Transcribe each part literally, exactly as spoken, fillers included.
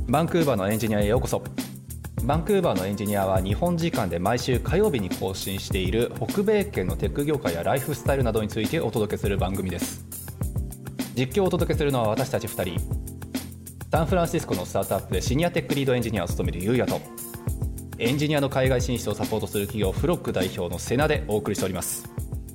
バンクーバーのエンジニアへようこそ。バンクーバーのエンジニアは日本時間で毎週火曜日に更新している北米圏のテック業界やライフスタイルなどについてお届けする番組です。実況をお届けするのは私たちふたり。サンフランシスコのスタートアップでシニアテックリードエンジニアを務めるゆうやと、エンジニアの海外進出をサポートする企業フロック代表のセナでお送りしております。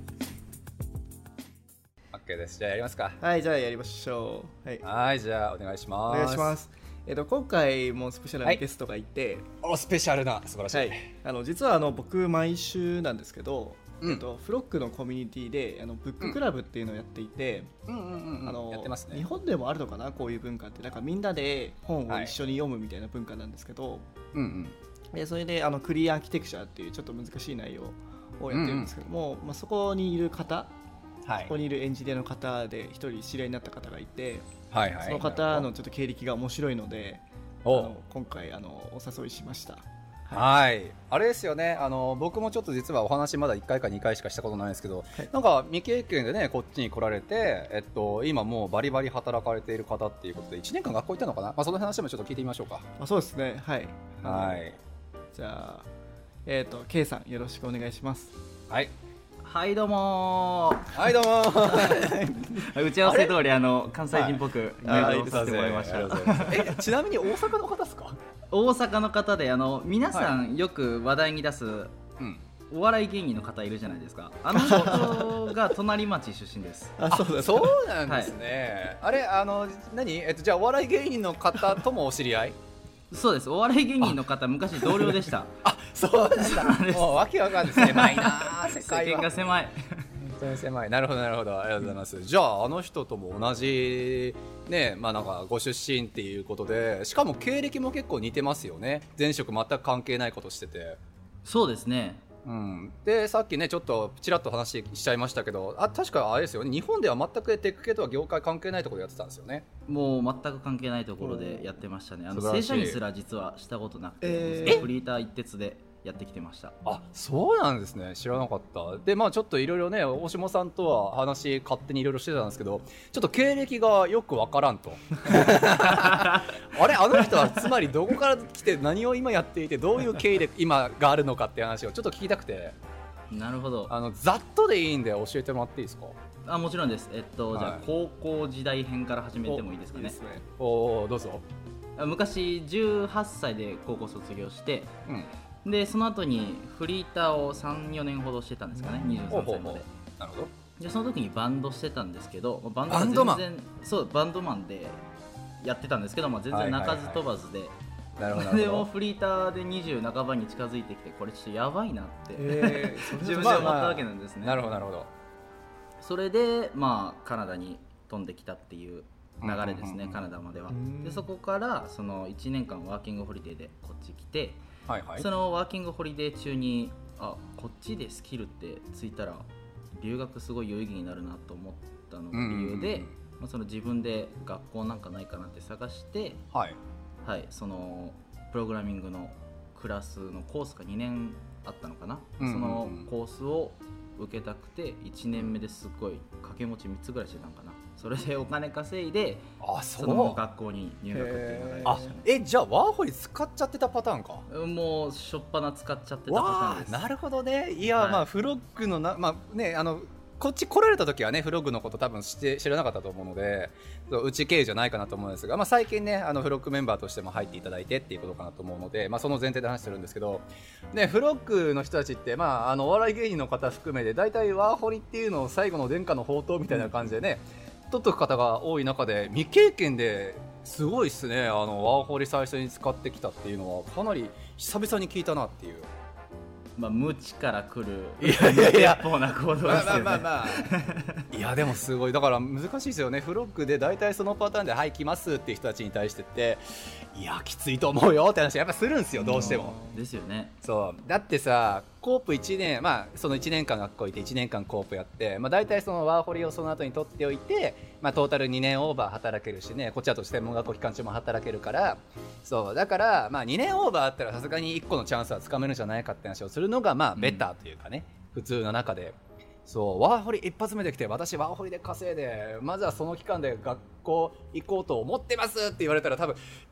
OK です。じゃあやりますか。 はい、じゃあやりましょう。はい、 はいじゃあお願いします。 お願いします。えっと、今回もスペシャルなゲストがいて、 はい、おスペシャルな素晴らしい、はい、 あの実はあの僕毎週なんですけど、うん、えっと、フロックのコミュニティであのブッククラブっていうのをやっていて、日本でもあるのかな、こういう文化って。なんかみんなで本を一緒に読むみたいな文化なんですけど、はい、うんうん、でそれであのクリアアーキテクチャっていうちょっと難しい内容をやってるんですけども、うんうん、まあ、そこにいる方、はい、そこにいるエンジニアの方で一人知り合いになった方がいて、はいはい、その方のちょっと経歴が面白いので、あの今回あのお誘いしました。 はい、はい、あれですよね、あの僕もちょっと実はお話まだいっかいかにかいしかしたことないんですけど、はい、なんか未経験でねこっちに来られて、えっと、今もうバリバリ働かれている方っていうことでいちねんかん学校行ったのかな、まあ、その話もちょっと聞いてみましょうか。 あ、そうですね、はい、 はい、 じゃあ、えーと、K さんよろしくお願いします。 はい、はいどうもーはいどうもー打ち合わせ通りあの関西人っぽく入場させてもらいました。 えちなみに大阪の方ですか？ 大阪の方で、あの皆さんよく話題に出す、はい、お笑い芸人の方いるじゃないですか。あの人が隣町出身です。 あ、そうだ、そうなんですね、はい、あれあの何、えっと、じゃあお笑い芸人の方ともお知り合い？ そうです、お笑い芸人の方昔同僚でした。 あ、そうなんだ。もうわけわかんない、狭いな世界は。 世間が狭い。 本当に狭い。なるほどなるほど、ありがとうございます。じゃああの人とも同じね、まあなんかご出身っていうことで、しかも経歴も結構似てますよね。前職全く関係ないことしてて。 そうですね。 うん、でさっきねちょっとちらっと話しちゃいましたけど、あ、確かあれですよね、日本では全くテック系とは業界関係ないところでやってたんですよね。 もう全く関係ないところでやってましたね。あの正社員すら実はしたことなくて、えー、フリーター一徹でやってきてました。 あ、そうなんですね、知らなかった。でまあちょっといろいろね大下さんとは話勝手にいろいろしてたんですけど、ちょっと経歴がよくわからんとあれ、あの人はつまりどこから来て何を今やっていてどういう経緯で今があるのかっていう話をちょっと聞きたくて。 なるほど。 あのざっとでいいんで教えてもらっていいですか？ あ、もちろんです。えっと、はい、じゃあ高校時代編から始めてもいいですかね。 おお、どうぞ。 昔じゅうはっさいで高校卒業して、うん、でその後にフリーターをさん、よねんほどしてたんですかね、にじゅうさんさいまで。 なるほど。 でその時にバンドしてたんですけど、バンドは全然バンドマンそうバンドマンでやってたんですけど、まあ、全然鳴かず飛ばずで、はいはいはい、でもフリーターでにじゅう半ばに近づいてきて、これちょっとやばいなって、えー、自分で思ったわけなんですね。 まあまあ、なるほどなるほど。 それで、まあ、カナダに飛んできたっていう流れですね、うんうんうん、カナダまでは。でそこからそのいちねんかんワーキングホリデーでこっち来て、はいはい、そのワーキングホリデー中に、あ、こっちでスキルってついたら留学すごい有意義になるなと思ったのが理由で、うんうんうん、まあ、その自分で学校なんかないかなって探して、はいはい、そのプログラミングのクラスのコースがにねんあったのかな、うんうんうん、そのコースを受けたくていちねんめですごい掛け持ちみっつぐらいしてたんかな。それでお金稼いで、あ、そう、その学校に入学っていうのがありましたね。 え、じゃあワーホリ使っちゃってたパターンか。 もうしょっぱな使っちゃってたパターンです。 なるほどね。いや、はい、まあフロッグのな、まあね、あのこっち来られた時はねフロッグのこと多分知って知らなかったと思うので、うち経由じゃないかなと思うんですが、まあ、最近ねあのフロッグメンバーとしても入っていただいてっていうことかなと思うので、まあ、その前提で話してるんですけど、ね、フロッグの人たちって、まあ、あのお笑い芸人の方含めて大体ワーホリっていうのを最後の殿下の宝刀みたいな感じでね、うん、取っとく方が多い中で未経験ですごいっすね。あのワーホリ最初に使ってきたっていうのはかなり久々に聞いたなっていう。 まあ、無知から来るいやいやいや一方な行動ですよね。まあまあまあまあいやでもすごいだから難しいですよね。フロッグで大体そのパターンではい来ますっていう人たちに対してっていやきついと思うよって話やっぱするんですよ、どうしても。 ですよね。 そうだってさ、コープいちねん、まあそのいちねんかん学校行っていちねんかんコープやって、まあ、大体そのワーホリをその後に取っておいて、まあ、トータルにねんオーバー働けるしね、こっちだと専門学校期間中も働けるから、そうだからまあにねんオーバーあったらさすがにいっこのチャンスはつかめるんじゃないかって話をするのがまあベターというかね、うん、普通の中で。そうワーホリ一発目で来て、私ワーホリで稼いでまずはその期間で学校行こうと思ってますって言われたら多分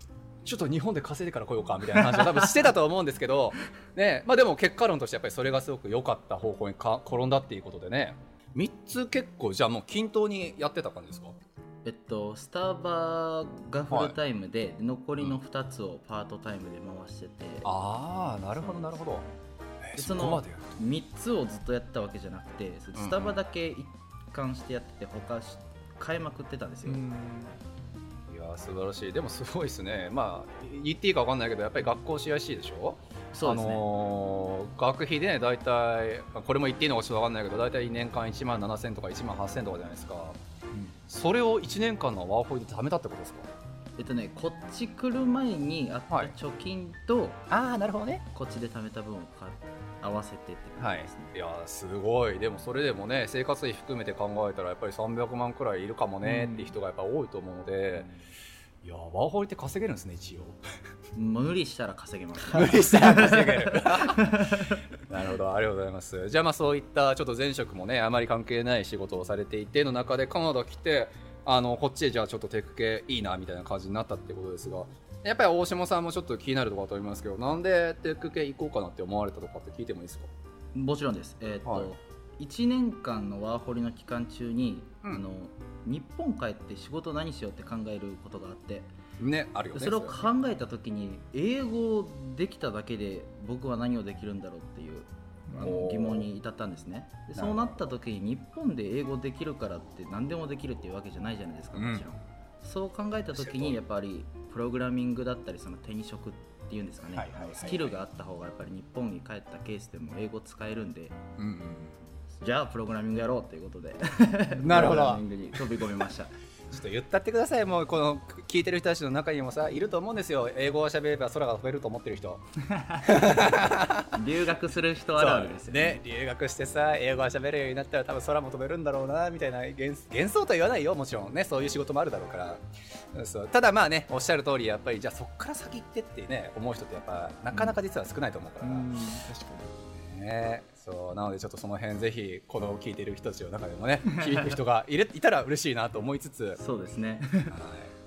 ちょっと日本で稼いでから来ようかみたいな話を多分してたと思うんですけどね、まあでも結果論としてやっぱりそれがすごく良かった方向にか転んだっていうことでね、みっつ結構じゃあもう均等にやってた感じですか？ えっとスタバがフルタイムで、はい、残りのふたつをパートタイムで回してて、 ああなるほどなるほど。 でそのみっつをずっとやったわけじゃなくて、スタバだけ一貫してやってて他変えまくってたんですよ。 いや素晴らしい。でもすごいですね。まあ言っていいか分かんないけどやっぱり学校 シーアイシー でしょ。 そうですね、 あのー、学費でね大体これも言っていいのかちょっと分かんないけど大体年間いちまんななせんとかいちまんはっせんとかじゃないですか、うん、それをいちねんかんのワーホリで貯めたってことですか？ えっとねこっち来る前にあった貯金と、はい、 ああなるほどね、 こっちで貯めた分を合わせてって感じですね、 はい、いやすごい。でもそれでもね生活費含めて考えたらやっぱりさんびゃくまんくらいいるかもねっていう人がやっぱ多いと思うので、うん、いやワーホリって稼げるんですね一応。 無理したら稼げます、 ね、無理したら稼げるなるほどありがとうございます。じゃあまあそういったちょっと前職もねあまり関係ない仕事をされていての中でカナダ来てあのこっちでじゃあちょっとテック系いいなみたいな感じになったってことですが、やっぱり大下さんもちょっと気になるところだと思いますけど、なんでテック系行こうかなって思われたとかって聞いてもいいですか？ もちろんです。えーっとはい、いちねんかんのワーホリの期間中に、うん、あの日本帰って仕事何しようって考えることがあってね、あるよね。 それを考えた時に英語できただけで僕は何をできるんだろうっていうあの疑問に至ったんですね。でそうなった時に日本で英語できるからって何でもできるっていうわけじゃないじゃないですか、もちろん、うん、そう考えた時にやっぱりプログラミングだったりその手に職っていうんですかね、はいはいはいはい、スキルがあった方がやっぱり日本に帰ったケースでも英語使えるんで、うんうん、じゃあプログラミングやろうということでなるほどプログラミングに飛び込みました。 ちょっと言ったってください。もうこの聞いてる人たちの中にもさいると思うんですよ。英語を喋れば空が飛べると思ってる人留学する人あるあるですよ ね, ね留学してさ英語が喋れるようになったら多分空も飛べるんだろうなみたいな 幻, 幻想とは言わないよ、もちろんねそういう仕事もあるだろうから。そうただまあねおっしゃる通りやっぱりじゃあそっから先行ってってね思う人ってやっぱなかなか実は少ないと思うから、うん、確かにね。そうなのでちょっとその辺ぜひこの聞いている人たちの中でもね響く人が い, るいたら嬉しいなと思いつつそうですね、 はい、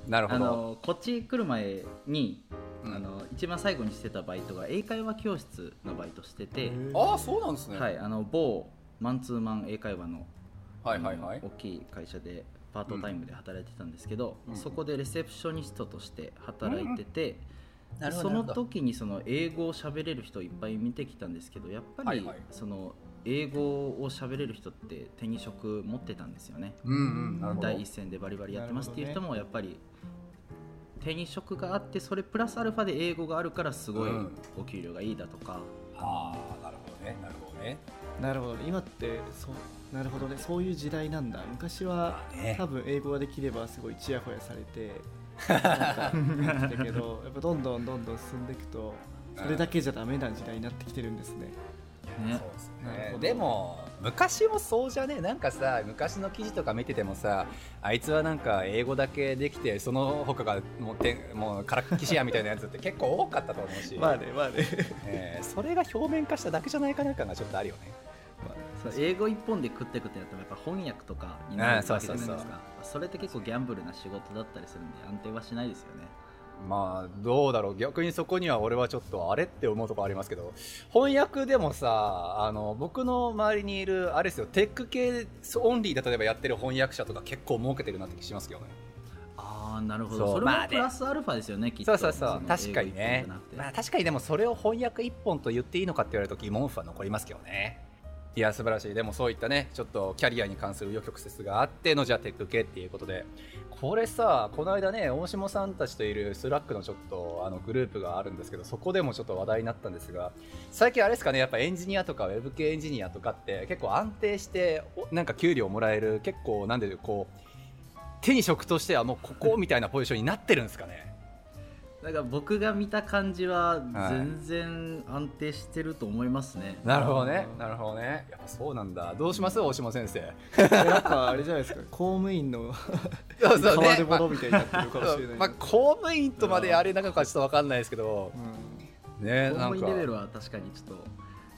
なるほど。 あのこっち来る前に、うん、あの一番最後にしてたバイトが英会話教室のバイトしてて、 ああそうなんですね、 はい、あの某マンツーマン英会話の、 はいはいはい、 大きい会社でパートタイムで働いてたんですけど、うん、そこでレセプショニストとして働いてて、うんその時にその英語を喋れる人いっぱい見てきたんですけどやっぱりその英語を喋れる人って手に職持ってたんですよね、うんうん、第一線でバリバリやってますっていう人もやっぱり手に職があってそれプラスアルファで英語があるからすごいお給料がいいだとか、 うん、はあなるほどねなるほどねなるほどね。今ってそうなるほどねそういう時代なんだ。昔は、ね、多分英語ができればすごいチヤホヤされてなんかだけどやっぱどんどんどんどん進んでいくとそれだけじゃダメな時代になってきてるんですね。 ねそうですね。でも昔もそうじゃね。なんかさ昔の記事とか見ててもさあいつはなんか英語だけできてその他がもうてもうからっきしやみたいなやつって結構多かったと思うしまあねまあね、 えー、それが表面化しただけじゃないかなんかがちょっとあるよね。 そう英語一本で食っていくってなったらやっぱ翻訳とかになるわけじゃないですか。それって結構ギャンブルな仕事だったりするんで安定はしないですよね。 まあどうだろう逆にそこには俺はちょっとあれって思うところありますけど翻訳でもさあの僕の周りにいるあれですよテック系オンリーで例えばやってる翻訳者とか結構儲けてるなって気しますけどね。 ああなるほど。それもプラスアルファですよね、まあ、きっと。 そうそうそう確かにね、まあ、確かにでもそれを翻訳一本と言っていいのかって言われると疑問符は残りますけどね。いや素晴らしい。でもそういったねちょっとキャリアに関する紆余曲折があってのじゃあテック系っていうことでこれさこの間ね大下さんたちといるスラックのちょっとあのグループがあるんですけどそこでもちょっと話題になったんですが最近あれですかねやっぱエンジニアとかウェブ系エンジニアとかって結構安定してなんか給料もらえる結構なんでこう手に職としてはもうここみたいなポジションになってるんですかね。 だから僕が見た感じは全然安定してると思いますね、 はい、なるほどねなるほどね。やっぱそうなんだ。どうします大島先生なんかあれじゃないですか公務員のそうそう、ね、 変わるものみたいになってるかもしれない、 まあ、公務員とまであれなのかちょっと分かんないですけど、 うん、ね公務員レベルは確かにちょっと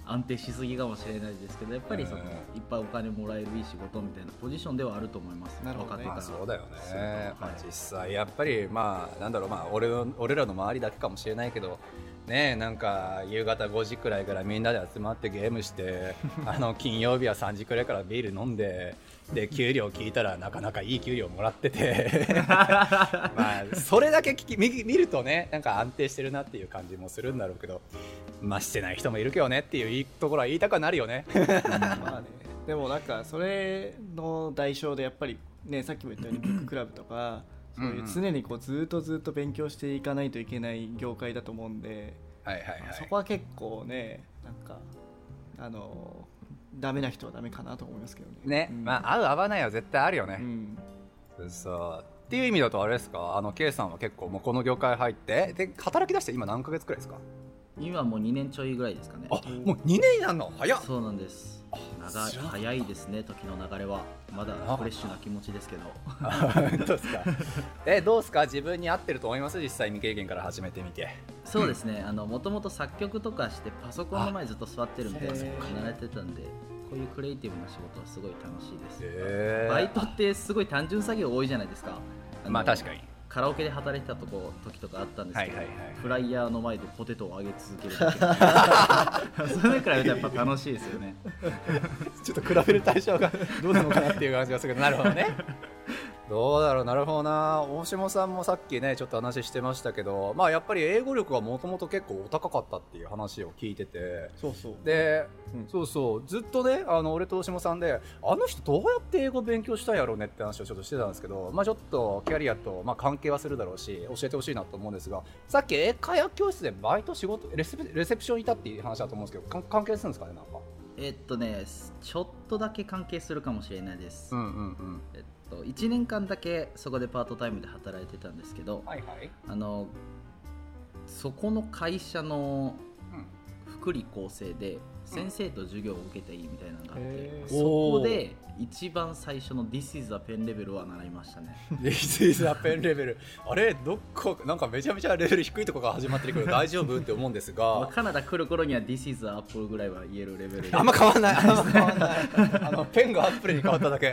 安定しすぎかもしれないですけど、やっぱりその、うん、いっぱいお金もらえるいい仕事みたいなポジションではあると思います。 なるほどね。 若手から。 そうだよね、まあ、実際やっぱりまあなんだろう、まあ、俺, 俺らの周りだけかもしれないけどね、なんか夕方ごじくらいからみんなで集まってゲームしてあの金曜日はさんじくらいからビール飲んで、で給料聞いたらなかなかいい給料もらっててまあそれだけ聞き 見, 見るとね、なんか安定してるなっていう感じもするんだろうけど、まあしてない人もいるけどねっていういいところは言いたくなるよねまあね、でもなんかそれの代償でやっぱりね、さっきも言ったようにブッククラブとかそういう常にこうずっとずっと勉強していかないといけない業界だと思うんで、 はいはいはい、 そこは結構ね、なんかあのダメな人はダメかなと思いますけどね。 ね、うん、まあ合う合わないは絶対あるよね。うん、そうっていう意味だとあれですか、あの K さんは結構もうこの業界入ってで働き出して今何ヶ月くらいですか？ 今もうにねんちょいぐらいですかね。 あ、もうにねんになるの早っ。 そうなんです。長い早いですね、時の流れは。まだフレッシュな気持ちですけど。 どうですか？え、どうですか？自分に合ってると思います？実際未経験から始めてみて。 そうですね、あのもともと作曲とかしてパソコンの前ずっと座ってるみたいな慣れてたんで、こういうクリエイティブな仕事はすごい楽しいです。バイトってすごい単純作業多いじゃないですか。 まあ確かに。 カラオケで働いてたとこ時とかあったんですけど、はいはいはい、フライヤーの前でポテトを揚げ続けるだけそれくらいやっぱ楽しいですよねちょっと比べる対象がどうなのかなっていう感じがするけどなるほどねどうだろう、なるほどな。大下さんもさっきねちょっと話してましたけど、まあやっぱり英語力がもともと結構お高かったっていう話を聞いてて、 そうそうで、うん、そうそうずっとね、あの俺と大下さんであの人どうやって英語勉強したんやろうねって話をちょっとしてたんですけど、まあちょっとキャリアとまあ関係はするだろうし教えてほしいなと思うんですが、さっき英会話教室でバイト仕事レセプ、レセプションいたっていう話だと思うんですけど、関係するんですかね？なんかえっとねちょっとだけ関係するかもしれないです。 うんうんうん。 えっといちねんかんだけそこでパートタイムで働いてたんですけど、 はいはい、 あのそこの会社の福利厚生で先生と授業を受けていいみたいなのがあって、うん、そこで一番最初の This is a pen レベルは習いましたね。 This is a pen レベル、あれどっかなんかめちゃめちゃレベル低いところから始まってるけど大丈夫って思うんですが、 カナダ来る頃には This is a Apple ぐらいは言えるレベルであんま変わんない、あんま変わんないあのペンがアップルに変わっただけ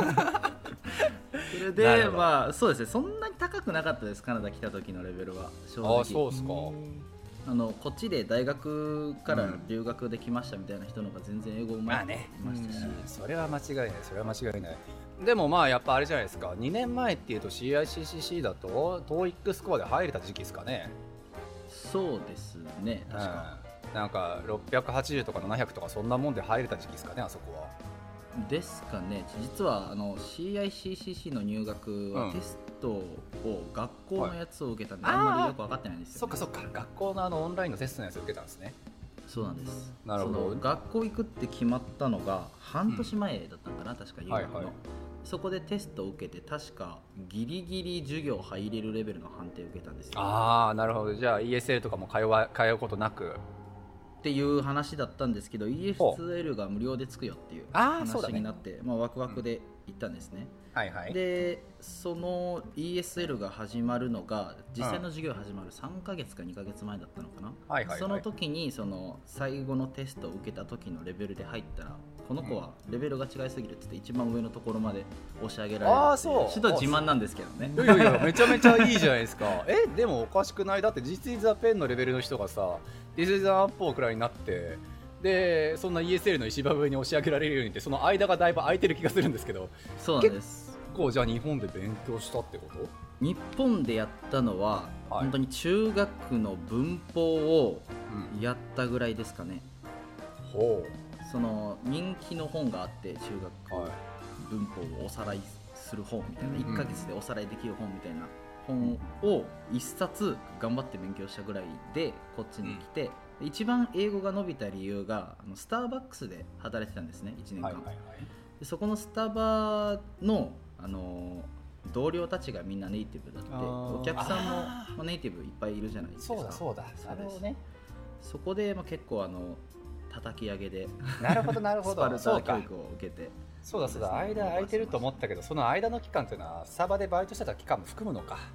それでまあそうですね、そんなに高くなかったです、カナダ来た時のレベルは正直。 あ、そうですか。 あのこっちで大学から留学できましたみたいな人の方が全然英語うまい人いましたし、 まあね、それは間違いない、それは間違いない。でもまあやっぱあれじゃないですか、にねんまえっていうと シーアイシーシーシー だと トーイック スコアで入れた時期ですかね。 そうですね、確か、 うん、なんかろっぴゃくはちじゅうとかななひゃくとかそんなもんで入れた時期ですかね、あそこは。 ですかね。実はあの シーアイシーシーシー の入学はテストを学校のやつを受けたんで、はい、あんまりよく分かってないんですよ、ね、 そっかそっか、学校のあのオンラインのテストのやつを受けたんですね。 そうなんです。 なるほど。 学校行くって決まったのが半年前だったんかな、うん、確か入学の、はいはい、そこでテストを受けて確かギリギリ授業入れるレベルの判定を受けたんですよ。 ああ、なるほど。じゃあ イーエスエル とかも通わ通うことなくっていう話だったんですけど、 イーエスエル が無料でつくよっていう話になって、ね、まあ、ワクワクで行ったんですね、 うん、はいはい、 でその イーエスエル が始まるのが実際の授業始まるさんかげつかにかげつまえだったのかな、はいはいはい、その時にその最後のテストを受けた時のレベルで入ったら、この子はレベルが違いすぎるって言って一番上のところまで押し上げられるっていう。あ、そう、ちょっと自慢なんですけどね。 いやいやめちゃめちゃいいじゃないですかえ、でもおかしくない？だって実イザペンのレベルの人がさ、This is a Apple くらいになって、でそんな イーエスエル の一番上に押し上げられるようにって、その間がだいぶ空いてる気がするんですけど。 そうなんです。 結構じゃあ日本で勉強したってこと？ 日本でやったのは、はい、本当に中学の文法をやったぐらいですかね、 うん、ほう。 その人気の本があって、中学文法をおさらいする本みたいな、いっかげつでおさらいできる本みたいな本をいっさつ頑張って勉強したぐらいでこっちに来て、うん、一番英語が伸びた理由があのスターバックスで働いてたんですね、いちねんかん、はいはいはい、でそこのスタバの、あの同僚たちがみんなネイティブだって、お客さんもネイティブいっぱいいるじゃないですか。 そうだそうだ、そうです。 そこで、まあ、結構あの叩き上げでなるほどなるほど、 スパルタ教育を受けて。 そうだそうだ、間空いてると思ったけど、その間の期間というのはスタバでバイトしてた期間も含むのか。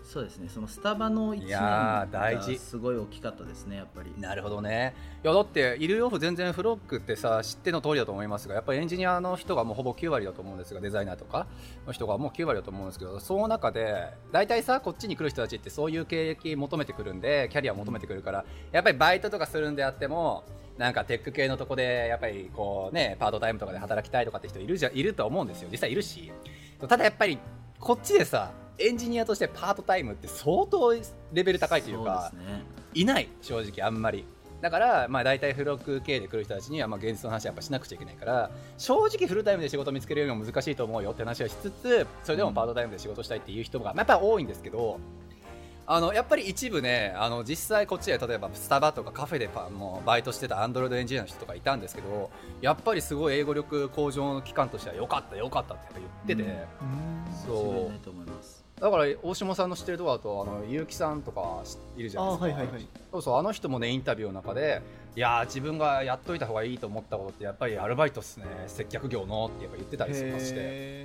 そうですね、そのスタバのいちねんがすごい大きかったですね、やっぱり。 なるほどね。いやだってイルオフ全然フロックってさ知っての通りだと思いますが、やっぱりエンジニアの人がもうほぼきゅう割だと思うんですが、デザイナーとかの人がもうきゅう割だと思うんですけど、その中で大体さこっちに来る人たちってそういう経歴求めてくるんで、キャリア求めてくるから、やっぱりバイトとかするんであってもなんかテック系のとこでやっぱりこうねパートタイムとかで働きたいとかって人いるじゃいると思うんですよ、実際いるし。ただやっぱりこっちでさエンジニアとしてパートタイムって相当レベル高いというか、そうですね、いない正直あんまり。だからまあ大体フロック系で来る人たちにはまあ現実の話はやっぱしなくちゃいけないから、正直フルタイムで仕事見つけるのも難しいと思うよって話はしつつ、それでもパートタイムで仕事したいっていう人がやっぱり多いんですけど、あのやっぱり一部ね、あの実際こっちで例えばスタバとかカフェでパもうバイトしてたアンドロイドエンジニアの人とかいたんですけど、やっぱりすごい英語力向上の期間としては良かった良かったって言ってて、うん、そうないと思います。だから大下さんの知ってるところだと、あの結城さんとかいるじゃないですか。あ、はいはいはい、そうそう、あの人もねインタビューの中で、いや自分がやっといた方がいいと思ったことってやっぱりアルバイトっすね、接客業のってやっぱ言ってたりしまして、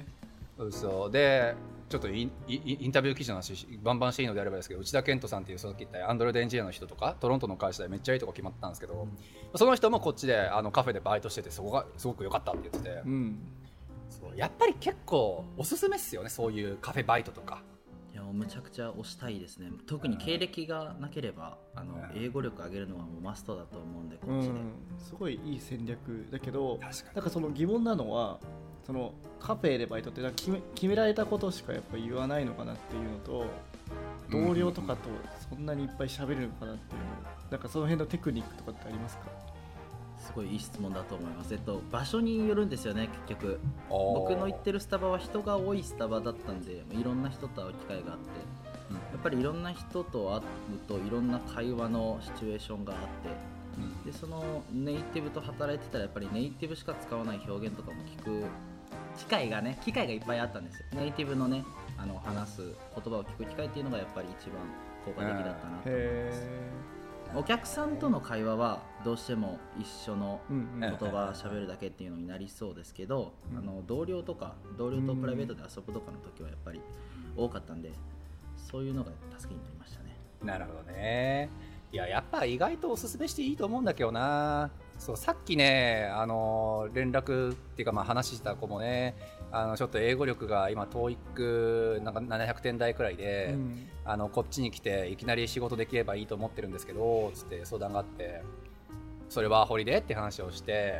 そうそうでちょっとイン、インタビュー記事の話バンバンしていいのであればですけど、内田健人さんっていうそのアンドロイドエンジニアの人とかトロントの会社でめっちゃいいとこ決まったんですけど、うん、その人もこっちであのカフェでバイトしてて、そこがすごく良かったって言ってて、うん、そうやっぱり結構おすすめっすよね、そういうカフェバイトとか。 いやむちゃくちゃ推したいですね。特に経歴がなければ、うん、あの英語力上げるのはもうマストだと思うんで、こっちで、うん、 すごいいい戦略だけど、なんかその疑問なのは、そのカフェでバイトって決め、決められたことしかやっぱ言わないのかなっていうのと、同僚とかとそんなにいっぱい喋るのかなっていうの、なんかその辺のテクニックとかってありますか？ すごいいい質問だと思います。えっと、場所によるんですよね、結局。僕の行ってるスタバは人が多いスタバだったんで、いろんな人と会う機会があって、うん、やっぱりいろんな人と会うといろんな会話のシチュエーションがあって、うん、でそのネイティブと働いてたらやっぱりネイティブしか使わない表現とかも聞く機会がね機会がいっぱいあったんですよ。ネイティブのねあの話す言葉を聞く機会っていうのがやっぱり一番効果的だったなと思います。お客さんとの会話はどうしても一緒の言葉喋るだけっていうのになりそうですけど、うん、あの同僚とか同僚とプライベートで遊ぶとかの時はやっぱり多かったんで、そういうのが助けになりましたね。 なるほどね。いややっぱ意外とおすすめしていいと思うんだけどな。そうさっきねあの連絡っていうかまあ話した子もね、あのちょっと英語力が今 トーイック なんかななひゃくてん台くらいで、うん、あのこっちに来ていきなり仕事できればいいと思ってるんですけどつって相談があって、それはホリでって話をして、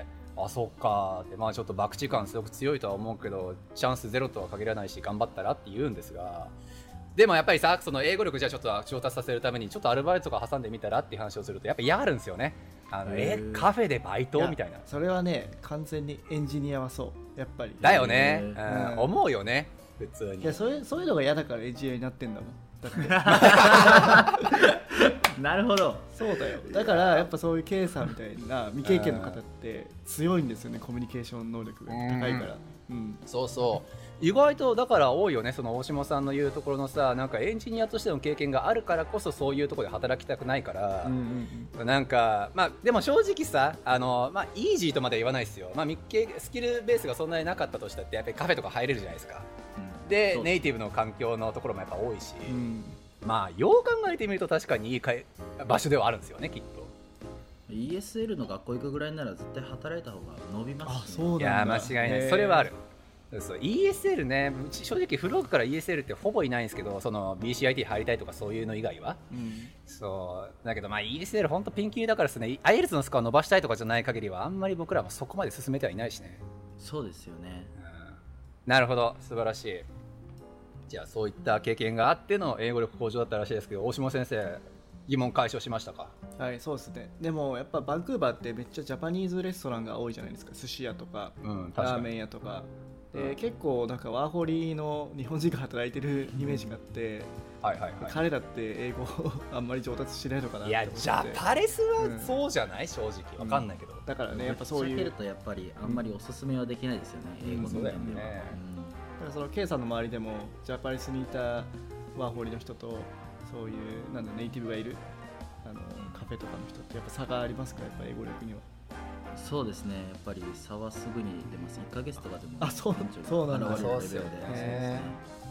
あそっかって、まあちょっと博打感すごく強いとは思うけどチャンスゼロとは限らないし頑張ったらって言うんですが、でもやっぱりさその英語力じゃちょっと上達させるためにちょっとアルバイトとか挟んでみたらっていう話をするとやっぱ嫌がるんですよね。あのえカフェでバイトみたいな。 それはね完全にエンジニアはそうやっぱりだよね、うん、思うよね普通に。 いやそれそういうのが嫌だからエンジニアになってんだもん。だってなるほど、 そうだよ。だからやっぱそういう K さんみたいな未経験の方って強いんですよね、コミュニケーション能力が高いから。うん、 そうそう意外とだから多いよね、その大下さんの言うところのさ、なんかエンジニアとしての経験があるからこそそういうところで働きたくないから、うんうんうん、なんかまあでも正直さあのまあイージーとまでは言わないですよ。まあスキルベースがそんなになかったとしたってやっぱりカフェとか入れるじゃないですか、うん、でネイティブの環境のところもやっぱ多いし、うん、まあよう考えてみると確かにいい場所ではあるんですよねきっと。 イーエスエル の学校行くぐらいなら絶対働いた方が伸びますし、 ね、あ、そうなんだ。 いや間違いない、それはある。そう イーエスエル ね、正直フログから イーエスエル ってほぼいないんですけど、その ビーシーアイティー 入りたいとかそういうの以外は、うん、そうだけどまあ イーエスエル 本当ピンキリだからですね。 アイエルツ のスコア伸ばしたいとかじゃない限りはあんまり僕らもそこまで進めてはいないしね。 そうですよね、 うん、なるほど素晴らしい。じゃあそういった経験があっての英語力向上だったらしいですけど、大下先生疑問解消しましたか？ はい、そうですね。でもやっぱバンクーバーってめっちゃジャパニーズレストランが多いじゃないですか。寿司屋とか、うん、ラーメン屋とかで、結構なんかワーホリの日本人が働いてるイメージがあって、はいはいはい、彼らって英語あんまり上達しないのかなって思って。 いやジャパレスはそうじゃない、うん、正直わかんないけど、うん、 だからねやっぱそういう避けるとやっぱりあんまりおすすめはできないですよね、うん、英語の面では、うん、だからその K さんの周りでもジャパレスにいたワーホリの人とそういうなんだネイティブがいるあのカフェとかの人ってやっぱ差がありますか？やっぱ英語力には。 そうですね、やっぱり差はすぐに出ます。いっかげつとかでもあそうそうなんだ。 現れるレベルで、そうですね。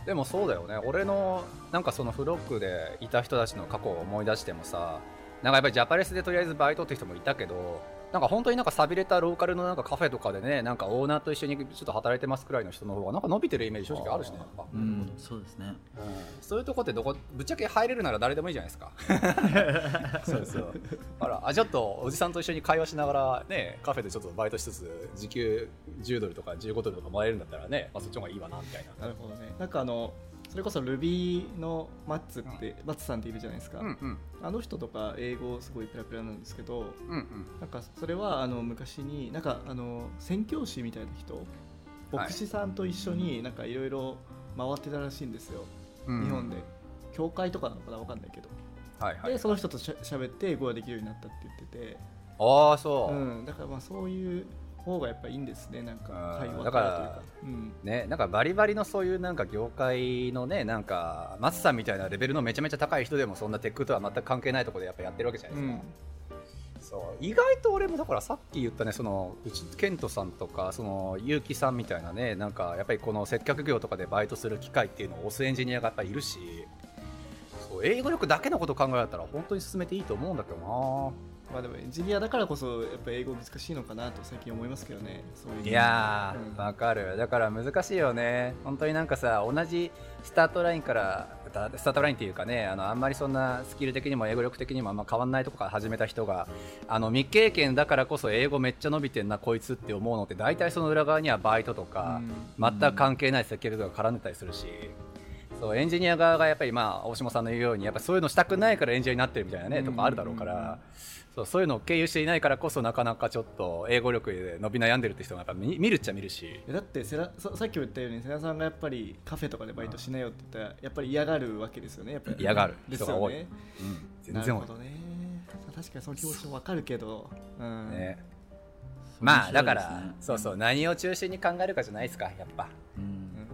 でもそうだよね。俺のなんかそのフロックでいた人たちの過去を思い出してもさ、なんかやっぱりジャパレスでとりあえずバイトって人もいたけど、なんか本当になんか寂れたローカルのなんかカフェとかでね、なんかオーナーと一緒にちょっと働いてますくらいの人の方がなんか伸びてるイメージ正直あるしね。やっぱうん、そうですね、 うん、そういうとこってどこぶっちゃけ入れるなら誰でもいいじゃないですか。そうそう。あら、あ、ちょっとおじさんと一緒に会話しながらね、カフェでちょっとバイトしつつ時給じゅうドルとかじゅうごドルとかもらえるんだったらね、まあ、そっちの方がいいわなみたいな。 なるほどね。なんかあのそれこそ Ruby のマッツって、うん、マッツさんっているじゃないですか、うんうん、あの人とか英語すごいペラペラなんですけど、うんうん、なんかそれはあの昔になんかあの宣教師みたいな人、牧師さんと一緒になんかいろいろ回ってたらしいんですよ、うん、日本で教会とかなのかな分かんないけど、はいはい、でその人としゃ喋って英語ができるようになったって言ってて、 ああそう、 うん、だからまあそういう方がやっぱいいんですね。なんか会話だから、うん、ね、なんかバリバリのそういうなんか業界のね、なんか松さんみたいなレベルのめちゃめちゃ高い人でもそんなテックとは全く関係ないところでやっぱやってるわけじゃないですか、うん、そう意外と俺もだからさっき言ったね、そのうちケントさんとかその結城さんみたいなね、なんかやっぱりこの接客業とかでバイトする機会っていうのを推すエンジニアがやっぱりいるし、そう英語力だけのことを考えたら本当に進めていいと思うんだけどな。 まあ、でもエンジニアだからこそやっぱ英語難しいのかなと最近思いますけどね。そういういやー、わ、うん、かる。だから難しいよね。本当になんかさ、同じスタートラインからスタートラインっていうかね、あのあんまりそんなスキル的にも英語力的にもあんま変わんないとこから始めた人が、あの未経験だからこそ英語めっちゃ伸びてんなこいつって思うのって、大体その裏側にはバイトとか、うん、全く関係ない接客が絡んでたりするし、そうエンジニア側がやっぱりまあ大下さんの言うようにやっぱそういうのしたくないからエンジニアになってるみたいなね、うん、とかあるだろうから。そう、そういうのを経由していないからこそなかなかちょっと英語力で伸び悩んでるって人がやっぱ 見, 見るっちゃ見るし、 だってせら さ, さっきも言ったように瀬名さんがやっぱりカフェとかでバイトしなよって言ったらやっぱり嫌がるわけですよね。やっぱり嫌がる人が多い、 ね、うん、全然多い。なるほどね。確かにその気持ちも分かるけど、うんね、 まあだから、そうそう、何を中心に考えるかじゃないですかやっぱ、うん、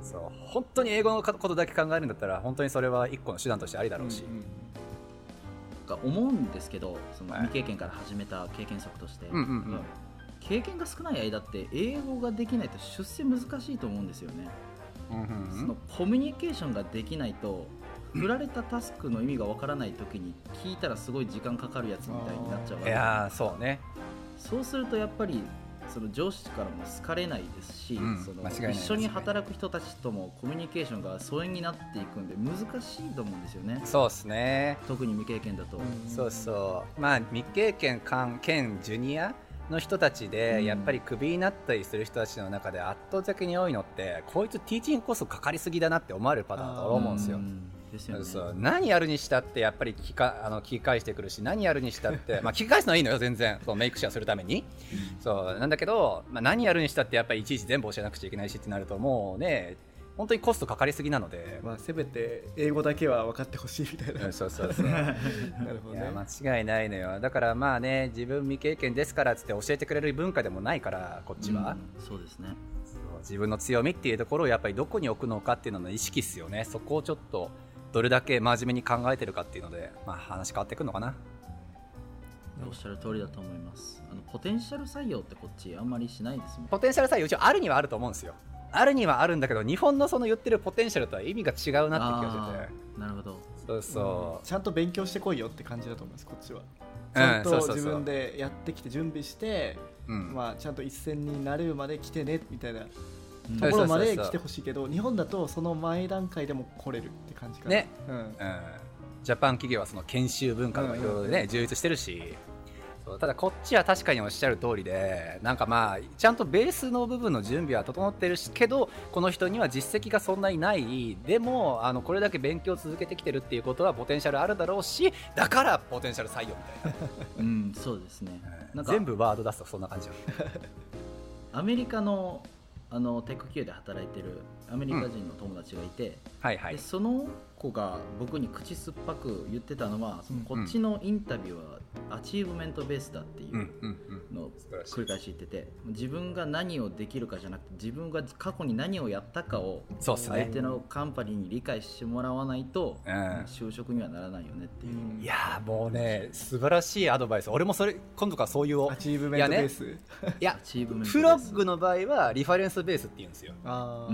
そう本当に英語のことだけ考えるんだったら本当にそれは一個の手段としてありだろうし、うんうん、 思うんですけど、その未経験から始めた経験則として、はい、うんうんうん、経験が少ない間って英語ができないと出世難しいと思うんですよね、うんうんうん、そのコミュニケーションができないと振られたタスクの意味がわからない時に聞いたらすごい時間かかるやつみたいになっちゃうわけ。 いやそうね。 そうするとやっぱりその上司からも好かれないですし、うん、その一緒に働く人たちともコミュニケーションが疎遠になっていくんで難しいと思うんですよね。 そうですね。 特に未経験だと、うん、 そうそう。まあ未経験兼ジュニアの人たちで、うん、やっぱりクビになったりする人たちの中で圧倒的に多いのって、こいつティーチングコストかかりすぎだなって思われるパターンだと思うんですよ。 ですよね、 そう何やるにしたってやっぱり聞きかあの聞き返してくるし、何やるにしたってまあ聞き返すのはいいのよ全然、そうメイクシェアするために、うん、そうなんだけど、まあ、何やるにしたってやっぱりいちいち全部教えなくちゃいけないしってなるともうね本当にコストかかりすぎなので、 まあ、せめて英語だけは分かってほしいみたいな、 うん、そうそうそうなるほど、ね、いや間違いないのよ。だからまあね、自分未経験ですからっつって教えてくれる文化でもないからこっちは、 うん、そうですね。 自分の強みっていうところをやっぱりどこに置くのかっていうのの意識っすよね。そこをちょっとどれだけ真面目に考えてるかっていうので、まあ、話変わってくるのかな。 おっしゃる通りだと思います。あのポテンシャル採用ってこっちあんまりしないですもん。 ポテンシャル採用一応あるにはあると思うんですよ。あるにはあるんだけど、日本のその言ってるポテンシャルとは意味が違うなって気がしてて。 なるほど。 そうそう、 うん、ちゃんと勉強してこいよって感じだと思いますこっちは。ちゃんと自分でやってきて準備して、うん、まあ、ちゃんと一戦になれるまで来てねみたいなところまで来てほしいけど、日本だとその前段階でも来れるって感じかな、ね、うんうん、 ジャパン企業はその研修文化がいろいろね充実してるし、ただこっちは確かにおっしゃる通りで、なんかまあちゃんとベースの部分の準備は整ってるけど、この人には実績がそんなにない、でもあのこれだけ勉強を続けてきてるっていうことはポテンシャルあるだろうし、だからポテンシャル採用みたいなうん、そうですね、 なんか全部ワード出すとそんな感じよアメリカのあのテック企業で働いてるアメリカ人の友達がいて、うん、はいはい、でその子が僕に口酸っぱく言ってたのは、そのこっちのインタビューはアチーブメントベースだっていうのを繰り返し言ってて、自分が何をできるかじゃなくて自分が過去に何をやったかを相手のカンパニーに理解してもらわないと就職にはならないよねっていう、 うん、いやもうね素晴らしいアドバイス。俺もそれ今度からそういうアチーブメントベース、 いや、ね、いやフロッグの場合はリファレンスベースって言うんですよ。ああの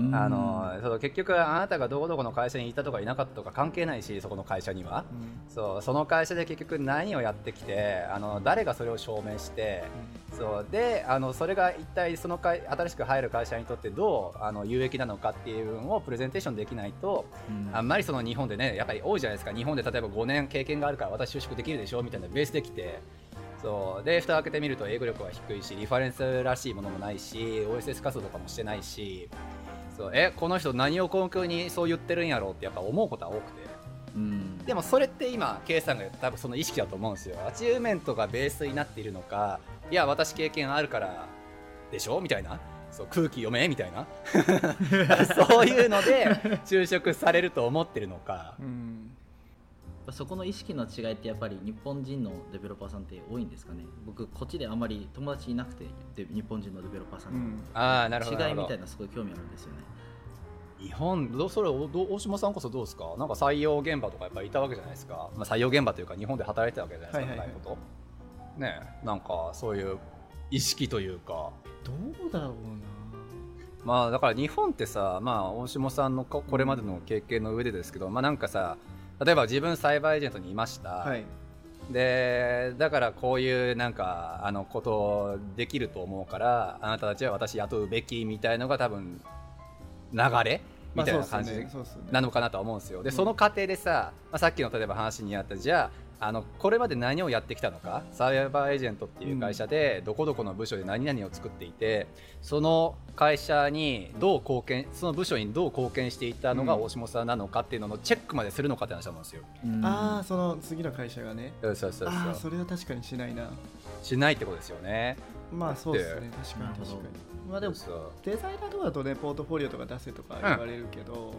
の、うん、そう結局あなたがどこどこの会社にいたとかいなかったとか関係ないし、そこの会社には、うん、そうその会社で結局何をやってきて、あの誰がそれを証明して、うん、そうであのそれが一体その会新しく入る会社にとってどうあの有益なのかっていう部分をプレゼンテーションできないと、うん、あんまりその日本でねやっぱり多いじゃないですか。日本で例えばごねん経験があるから私就職できるでしょみたいなベースできて、そうで蓋を開けてみると英語力は低いし、リファレンスらしいものもないし、 オーエスエス 活動とかもしてないし、そうえこの人何を根拠にそう言ってるんやろうってやっぱ思うことは多くて、うん、でもそれって今 K さんが多分その意識だと思うんですよ。アチューメントがベースになっているのか、いや私経験あるからでしょみたいな、そう空気読めみたいなそういうので就職されると思ってるのか、うん、 そこの意識の違いってやっぱり日本人のデベロッパーさんって多いんですかね。僕こっちであんまり友達いなくて、日本人のデベロッパーさんの、うん、あなるほど違いみたいなすごい興味あるんですよね。 日本どそれ大島さんこそどうですか。なんか採用現場とかやっぱりいたわけじゃないですか、まあ、採用現場というか日本で働いてたわけじゃないですか、はいはいはい、ことね、なんかそういう意識というかどうだろうな。 まあだから日本ってさ、まあ大島さんのこれまでの経験の上でですけど、まあなんかさ例えば自分サイバーエージェントにいました、はい、でだからこういうなんかあのことできると思うからあなたたちは私雇うべきみたいのが多分流れみたいな感じなのかなとは思うんですよ。でその過程でさ、まあ、さっきの例えば話にあったじゃああのこれまで何をやってきたのか、サイバーエージェントっていう会社でどこどこの部署で何々を作っていて、その会社にどう貢献、その部署にどう貢献していたのが大下さんなのかっていうののチェックまでするのかって話なんですよ。 うん、ああその次の会社がね、 そうそうそうそう、 あそれは確かにしないな、 しないってことですよね。 まあそうですね、確かに確かに。まあでもデザイナーとかだとねポートフォリオとか出せとか言われるけど、うん、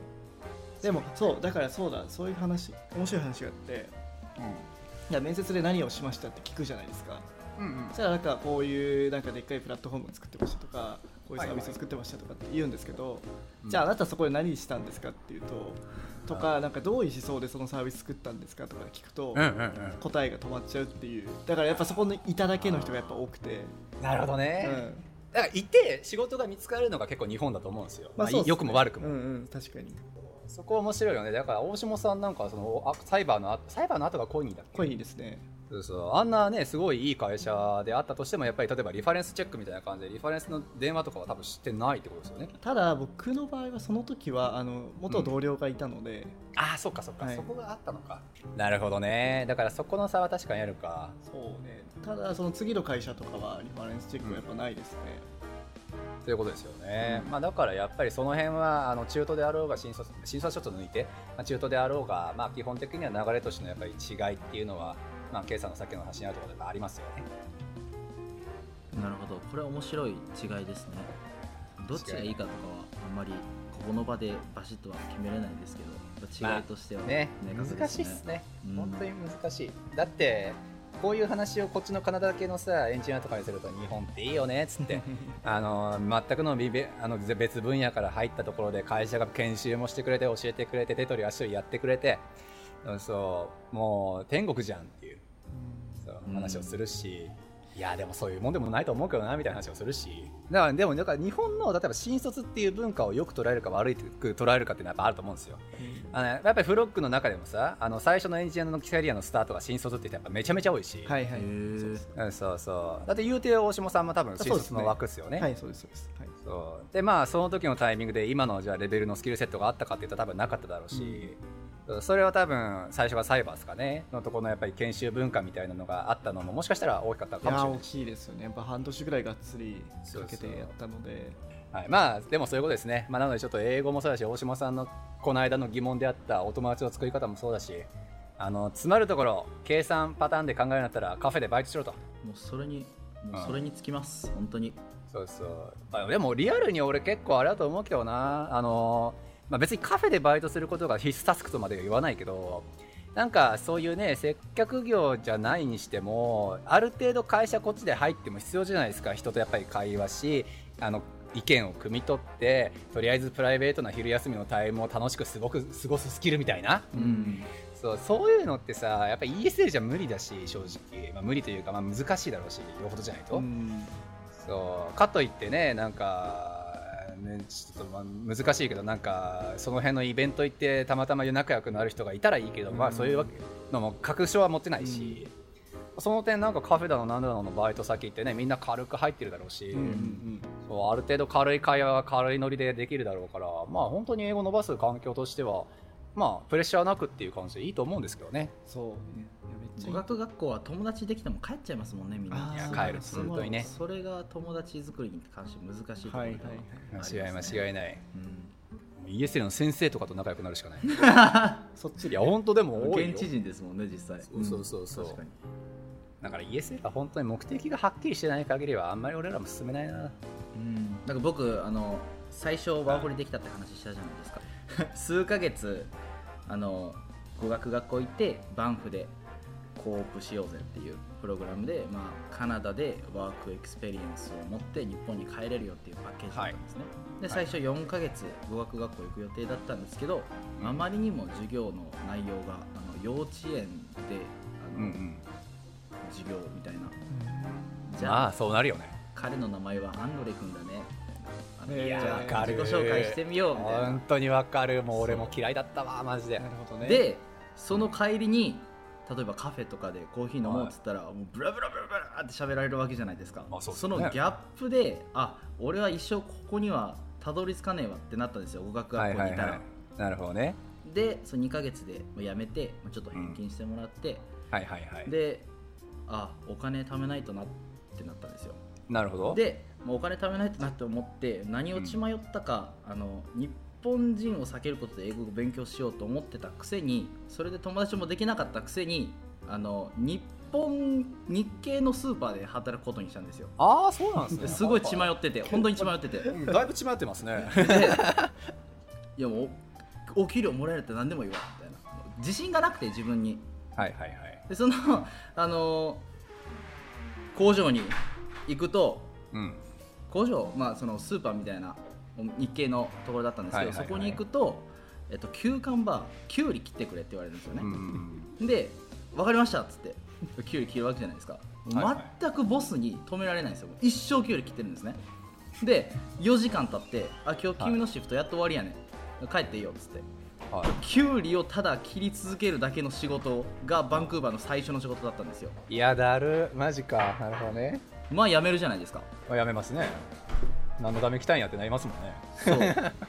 でもそうだからそうだそういう話面白い話があって、うん、いや面接で何をしましたって聞くじゃないですか。うんうん、そしたらなんかこういうなんかでっかいプラットフォームを作ってましたとか、こういうサービスを作ってましたとかって言うんですけど、はいはい、じゃああなたそこで何したんですかっていうと、とかなんかどういう思想でそのサービス作ったんですかとか聞くと、うんうんうん、答えが止まっちゃうっていう。だからやっぱそこにいただけの人がやっぱ多くて。 なるほどね。うん、だからいて仕事が見つかるのが結構日本だと思うんですよ。まあ、良くも悪くも。 うんうん、確かに。 そこ面白いよね。だから大下さんなんかそのあサイバーのサイバーの後がコイニーだっけ？ コイニーですね。 そうそうあんなねすごいいい会社であったとしてもやっぱり例えばリファレンスチェックみたいな感じでリファレンスの電話とかは多分知ってないってことですよね。 ただ僕の場合はその時はあの元同僚がいたので、 うん、ああそっかそっか、はい、そこがあったのか。なるほどね。だからそこの差は確かにあるか。 そうね。ただその次の会社とかはリファレンスチェックはやっぱないですね。 うん、ということですよね。うん、まあ、だからやっぱりその辺はあの中途であろうが新卒新卒はちょっと抜いて、まあ、中途であろうが、まあ、基本的には流れとしてのやっぱり違いっていうのはまあ、K さんのさっきの話にあるところでありますよね。 なるほど、これは面白い違いですね。どっちがいいかとかはあんまりここの場でバシッとは決めれないんですけど、違いとしては、ねまあ、ね難しいっすね、うん、本当に難しい。だってこういう話をこっちのカナダ系のさエンジニアとかにすると日本っていいよねっつってあの全くのあの別分野から入ったところで会社が研修もしてくれて教えてくれて手取り足取りやってくれて、そうもう天国じゃんっていう、そう話をするし、いやでもそういうもんでもないと思うけどなみたいな話をするし、だからでもだから日本の例えば新卒っていう文化をよく捉えるか悪く捉えるかっていうのはやっぱあると思うんですよ。うん、あのやっぱりフロックの中でもさあの最初のエンジニアのキャリアのスタートが新卒ってやっぱめちゃめちゃ多いし、はいはい、そうそうそうだって言うて大下さんも多分新卒の枠ですよね。 はいそうですそうです、はい、 そうでまあその時のタイミングで今のじゃあレベルのスキルセットがあったかっていうと多分なかっただろうし。うん、それは多分最初がサイバーですかねのところのやっぱり研修文化みたいなのがあったのももしかしたら大きかったかもしれない。いや大きいですよね。やっぱ半年ぐらいがっつりかけてやったので、 はい、まあでもそういうことですね。まあ、なのでちょっと英語もそうだし大島さんのこの間の疑問であったお友達の作り方もそうだし、あの詰まるところ計算パターンで考えるんだったらカフェでバイトしろと。 もうそれにもうそれにつきます、うん、本当に。 そうそう、まあ、でもリアルに俺結構あれだと思うけどな。あのまあ、別にカフェでバイトすることが必須タスクとまでは言わないけど、なんかそういうね接客業じゃないにしてもある程度会社こっちで入っても必要じゃないですか。人とやっぱり会話しあの意見を汲み取ってとりあえずプライベートな昼休みのタイムを楽しく過ごく過ごすスキルみたいな、うん、そうそういうのってさやっぱり イーエスエル じゃ無理だし正直、まあ、無理というか、まあ、難しいだろうし両方じゃないと、うん、そうかといってねなんかね、ちょっとまあ難しいけど、なんかその辺のイベント行ってたまたま仲良くなる人がいたらいいけど、うん、まあそういうのも確証は持ってないし、うん、その点なんかカフェだのなんだののバイト先ってね、みんな軽く入ってるだろうし、うんうんうん、そうある程度軽い会話は軽いノリでできるだろうから、まあ本当に英語を伸ばす環境としてはまあプレッシャーなくっていう感じでいいと思うんですけどね。 そう、ね、 語学学校は友達できても帰っちゃいますもんね、みんな。 いや帰る本当にね。 それが友達作りに関して難しいところ、はいはいはい、間違い間違いない、うん、イーエスエル の先生とかと仲良くなるしかないそっちいや本当でも多いよ。現地人ですもんね実際。 そうそうそうそう、うん、確かに。だから イーエスエル は本当に目的がはっきりしてない限りはあんまり俺らも進めないな。うん。 なんか僕あの最初ワーホリできたって話したじゃないですか数ヶ月あの語学学校行ってバンフでコープしようぜっていうプログラムで、まあ、カナダでワークエクスペリエンスを持って日本に帰れるよっていうパッケージだったんですね、はい、で最初よんかげつ語学学校行く予定だったんですけど、うん、あまりにも授業の内容があの幼稚園であの、うんうん、授業みたいな、 うん、じゃあ、まあ、そうなるよね。 彼の名前はアンドレ君だね、 いやじゃあ自己紹介してみようみたいな。 本当にわかる。もう俺も嫌いだったわマジで。 なるほどね。 でその帰りに例えばカフェとかでコーヒー飲もうっつったら、はい、もうブラブラブラブラって喋られるわけじゃないですか。あ、そうですね。そのギャップであ俺は一生ここにはたどり着かねえわってなったんですよ、語学学校にいたら、はいはいはい、 なるほどね。 でそのにかげつで辞めてちょっと返金してもらって、 うん、はいはいはい。 であお金貯めないとなってなったんですよ。 なるほど。 でもうお金貯めないとなって思って何を血迷ったか、うん、あの日本人を避けることで英語を勉強しようと思ってたくせに、それで友達もできなかったくせにあの日本日系のスーパーで働くことにしたんですよ。 ああそうなんですね。 すごい血迷ってて本当に血迷っててだいぶ血迷ってますね。 いやもう お, お給料もらえるって何でもいいわみたいな自信がなくて自分に。 はいはいはい。 でそのあの工場に行くと、うん、工場、まあ、そのスーパーみたいな日系のところだったんですけど、はいはいはい、そこに行くと、えっと、休館バーキュウリ切ってくれって言われるんですよね、うん、で分かりましたっつってキュウリ切るわけじゃないですか、はいはい、全くボスに止められないんですよ。一生キュウリ切ってるんですね。でよじかん経ってあ今日君のシフトやっと終わりやねん、帰っていいよっつって、はい、キュウリをただ切り続けるだけの仕事がバンクーバーの最初の仕事だったんですよ。 いやだるマジか。なるほどね。 まあ辞めるじゃないですか。 まあ、辞めますね。何のため来たんやってなりますもんね。そう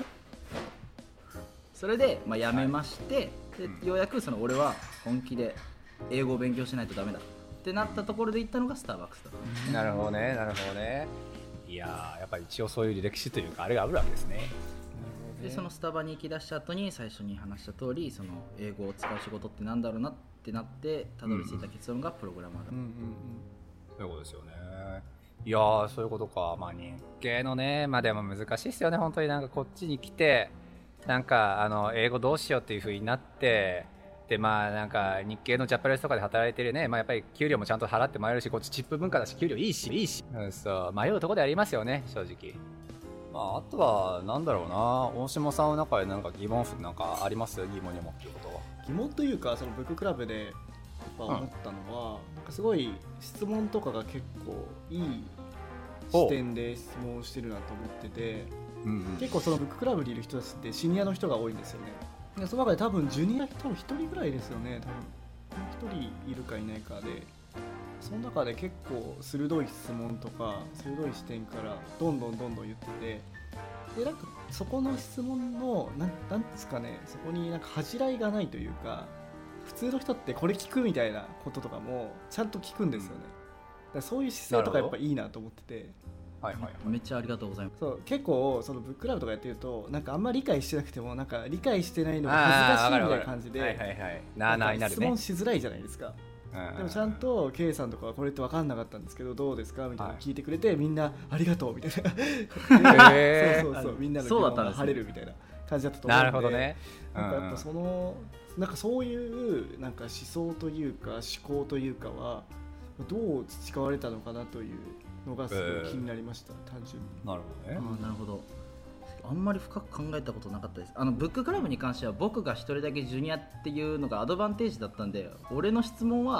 それで、まあ、辞めまして、はい、でようやくその俺は本気で英語を勉強しないとダメだってなったところで行ったのがスターバックスだった。 なるほどねなるほどね。いややっぱり一応そういう歴史というかあれがあるわけですね。 でそのスタバに行き出した後に最初に話した通りその英語を使う仕事ってなんだろうなってなってたどり着いた結論がプログラマーだった、うんうんうん、 そういうことですよね。いやーそういうことか。まあ日系のねまあでも難しいですよね本当に。なんかこっちに来てなんかあの英語どうしようっていう風になってでまあなんか日系のジャパレスとかで働いてるね、まあやっぱり給料もちゃんと払ってもらえるしこっちチップ文化だし給料いいしいいし、うん、そう迷うところでありますよね正直。まああとはなんだろうな大島さんの中でなんか疑問なんかあります？疑問に思ってることは。 疑問というかそのブッククラブでやっぱ思ったのは、うん、なんかすごい質問とかが結構いい視点で質問してるなと思ってて、うんうん、結構そのブッククラブにいる人たちってシニアの人が多いんですよね。でその中で多分ジュニア多分ひとりぐらいですよね。多分ひとりいるかいないかでその中で結構鋭い質問とか鋭い視点からどんどんどんどん言っててでなんかそこの質問のなんなんですかねそこになんか恥じらいがないというか普通の人ってこれ聞くみたいなこととかもちゃんと聞くんですよね。だからそういう姿勢とかやっぱいいなと思ってて。 はいはいはい、めっちゃありがとうございます。 そう結構そのブッククラブとかやってるとなんかあんまり理解してなくてもなんか理解してないのが恥ずかしいみたいな感じで、はいはいはい、なあなあになるね。質問しづらいじゃないですか。でもちゃんと K さんとかはこれって分かんなかったんですけどどうですかみたいなの聞いてくれて、はい、みんなありがとうみたいなへそうそうそうみんなの疑問が晴れるみたいな感じだったと思うので、なるほどね、うん、なんかやっぱそのなんかそういうなんか思想というか思考というかはどう培われたのかなというのがすごい気になりました、えー、単純に。 なるほどね。 あなるほど。あんまり深く考えたことなかったです。あのブッククラブに関しては僕が一人だけジュニアっていうのがアドバンテージだったんで俺の質問は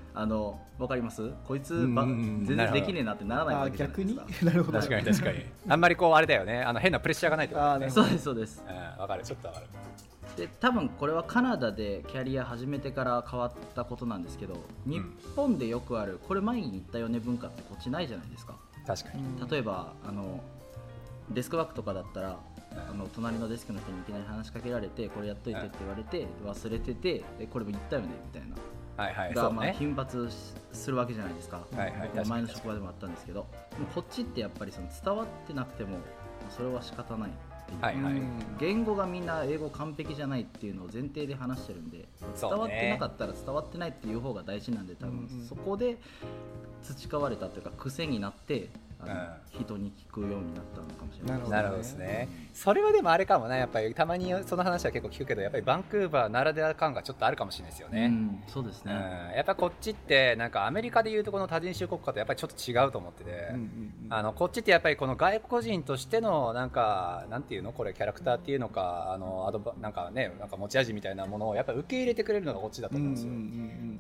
あの分かります？こいつ、うんうん、全然できねえなってならないわけじゃないですか。 逆になるほど。 確かに確かにあんまりこうあれだよね、あの変なプレッシャーがないとか、ね、 そうですそうです。 分かる、ちょっと分かる。 で多分これはカナダでキャリア始めてから変わったことなんですけど、日本でよくあるこれ前に言ったよね文化ってこっちないじゃないですか。 確かに。 例えばあのデスクワークとかだったら、あの隣のデスクの人にいきなり話しかけられてこれやっといてって言われて忘れてて、これも言ったよねみたいな。 はいはい、 がまあ頻発するわけじゃないですか。はいはい、前の職場でもあったんですけど、こっちってやっぱりその伝わってなくてもそれは仕方ないっていう、はいはい、言語がみんな英語完璧じゃないっていうのを前提で話してるんで、伝わってなかったら伝わってないっていう方が大事なんで、多分そこで培われたというか癖になってあの、うん、人に聞くようになったのかもしれないですね。 なるほどですね。それはでもあれかもね、やっぱりたまにその話は結構聞くけど、やっぱりバンクーバーならでは感がちょっとあるかもしれないですよね。 うん、そうですね、 うん、やっぱこっちってなんかアメリカでいうとこの多人種国家とやっぱりちょっと違うと思ってて、うんうんうん、あのこっちってやっぱりこの外国人としてのなんかなんていうのこれキャラクターっていうのか、あのアドバなんかねなんか持ち味みたいなものをやっぱり受け入れてくれるのがこっちだと思うんですよ、うんうんうん、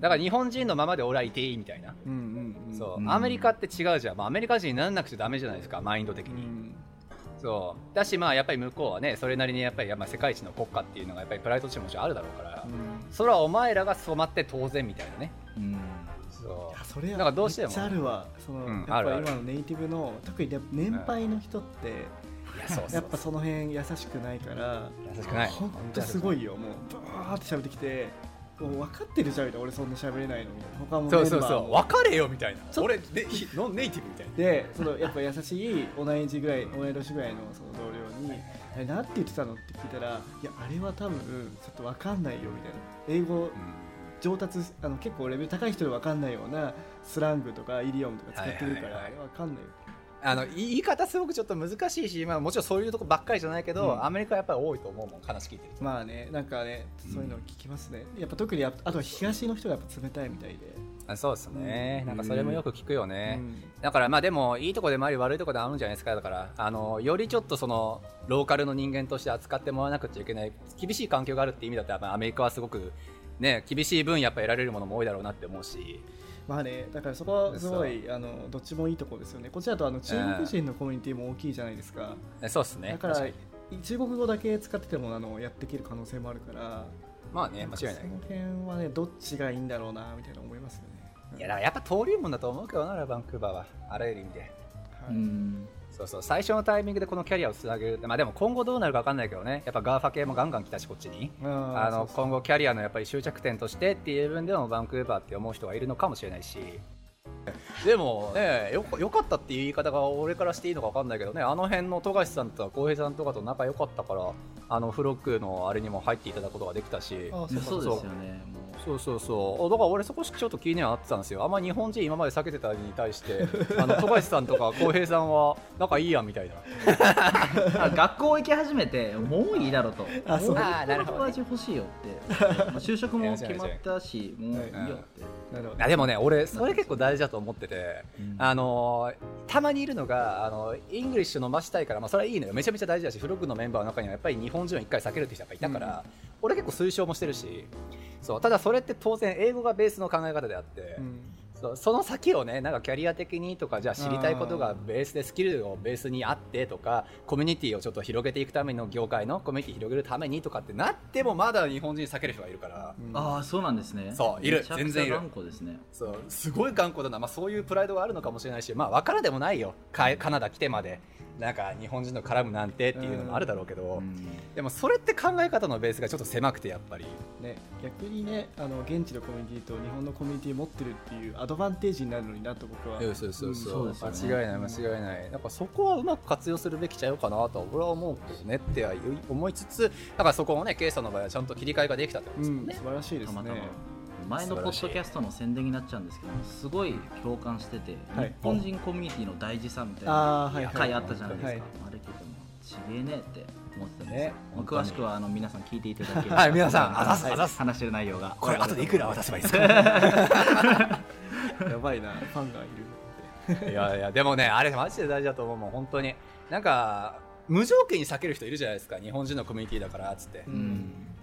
だから日本人のままで俺はいていいみたいな、うんうんうん、そうアメリカって違うじゃん、まあ、アメリカ人にならなくちゃダメじゃないですか、マインド的に、うん、そうだし、まあやっぱり向こうはねそれなりにやっぱり世界一の国家っていうのがやっぱりプライドとしてもちろんあるだろうから、うん、それはお前らが染まって当然みたいなね、うん、 そういやそれはなんかどうしてもめっちゃあるわ、その、うん、やっぱ今のネイティブの特に年配の人って、うん、やっぱその辺優しくないから優しくない、 本当すごいよ、もうバーって喋ってきて、もう分かってるじゃんみたいな、俺そんな喋れないのみたいな、他もメンバーもそうそうそう分かれよみたいな、俺でノンネイティブみたいなで、そのやっぱ優しい同い年ぐらい同い年ぐらいのその同僚にあれなんて言ってたのって聞いたら、いやあれは多分ちょっと分かんないよみたいな、英語、うん上達あの結構レベル高い人で分かんないようなスラングとかイディオムとか使ってるから、はいはいはい、あれ分かんないよ。 あの言い方すごくちょっと難しいし、まあ、もちろんそういうとこばっかりじゃないけど、うん、アメリカはやっぱり多いと思うもん、話聞いてると。 まあね、なんかねそういうの聞きますね、うん、やっぱ特にあとは東の人がやっぱ冷たいみたいで。 あそうですね、うん、なんかそれもよく聞くよね、うん、だからまあでもいいとこでもあり悪いとこでもあるんじゃないですか。だからあのよりちょっとそのローカルの人間として扱ってもらわなくちゃいけない厳しい環境があるって意味だったら、アメリカはすごくね、厳しい分やっぱ得られるものも多いだろうなって思うし、 まあね、だからそこはすごいあのどっちもいいところですよね。こっちだとあの中国人のコミュニティも大きいじゃないですか、 うん、そうですね。 だから中国語だけ使っててもあのやっていける可能性もあるから、 まあね、間違いない。 その辺はねどっちがいいんだろうなみたいな思いますよね。 いやだからやっぱ登竜門だと思うけどな、バンクーバーはあらゆる意味で、はい、うんそうそう、最初のタイミングでこのキャリアをつなげる、まあ、でも今後どうなるか分かんないけどね、やっぱガーファ系もガンガン来たしこっちに、あの今後キャリアのやっぱり終着点としてっていう部分でもバンクーバーって思う人がいるのかもしれないし、でもね、よ, よかったっていう言い方が俺からしていいのか分かんないけどね、あの辺の富樫さんとか浩平さんとかと仲良かったから、あのフロックのあれにも入っていただくことができたし、 あ そう, そうですよね。 そうそうそう、だから俺そこちょっと気にはなってたんですよ。あんま日本人今まで避けてたに対してあの富樫さんとか浩平さんは仲いいやんみたいな学校行き始めてもういいだろうと、 あそうあなるほど、ね、友達欲しいよって就職も決まったしもういいよって、 なるほど。でもね俺それ結構大事だと思ってて、うん、あのたまにいるのがあのイングリッシュ伸ばしたいから、まあ、それはいいのよ、めちゃめちゃ大事だし、フロッグのメンバーの中にはやっぱり日本人を一回避けるって人がいたから、うん、俺結構推奨もしてるし、そうただそれって当然英語がベースの考え方であって、うん、そうその先をねなんかキャリア的にとか、じゃあ知りたいことがベースでスキルをベースにあってとか、コミュニティをちょっと広げていくための業界のコミュニティ広げるためにとかってなってもまだ日本人避ける人がいるから、 うん、ああそうなんですね。 そういる、全然いる。 頑固ですね。 そうすごい頑固だな、まあ、そういうプライドがあるのかもしれないし、まあ分からでもないよ、カナダ来てまでなんか日本人と絡むなんてっていうのもあるだろうけど、うん、でもそれって考え方のベースがちょっと狭くて、やっぱり、 ね、逆にねあの現地のコミュニティと日本のコミュニティ持ってるっていうアドバンテージになるのになと僕は。 そうそうそう、うん、そうですよね、間違いない間違いない、なんかそこはうまく活用するべきちゃうかなと俺は思うけどねって思いつつ、だからそこをねケイさんの場合はちゃんと切り替えができたってことですもんね、 うん、素晴らしいですね。たまたま前のポッドキャストの宣伝になっちゃうんですけど、すごい共感してて、はい、日本人コミュニティの大事さみたいな回あったじゃないですか、はいはいはい、あれ聞いてもちげえねって思ってたんですよ、ね、詳しくはあの皆さん聞いていただければ、 はい、皆さんあざすあざす話してる内容がこれ後でいくら渡せばいいですかやばいな、ファンがいるっていやいやでもねあれマジで大事だと思うもん本当に。なんか無条件に避ける人いるじゃないですか、日本人のコミュニティだからっつって、うん、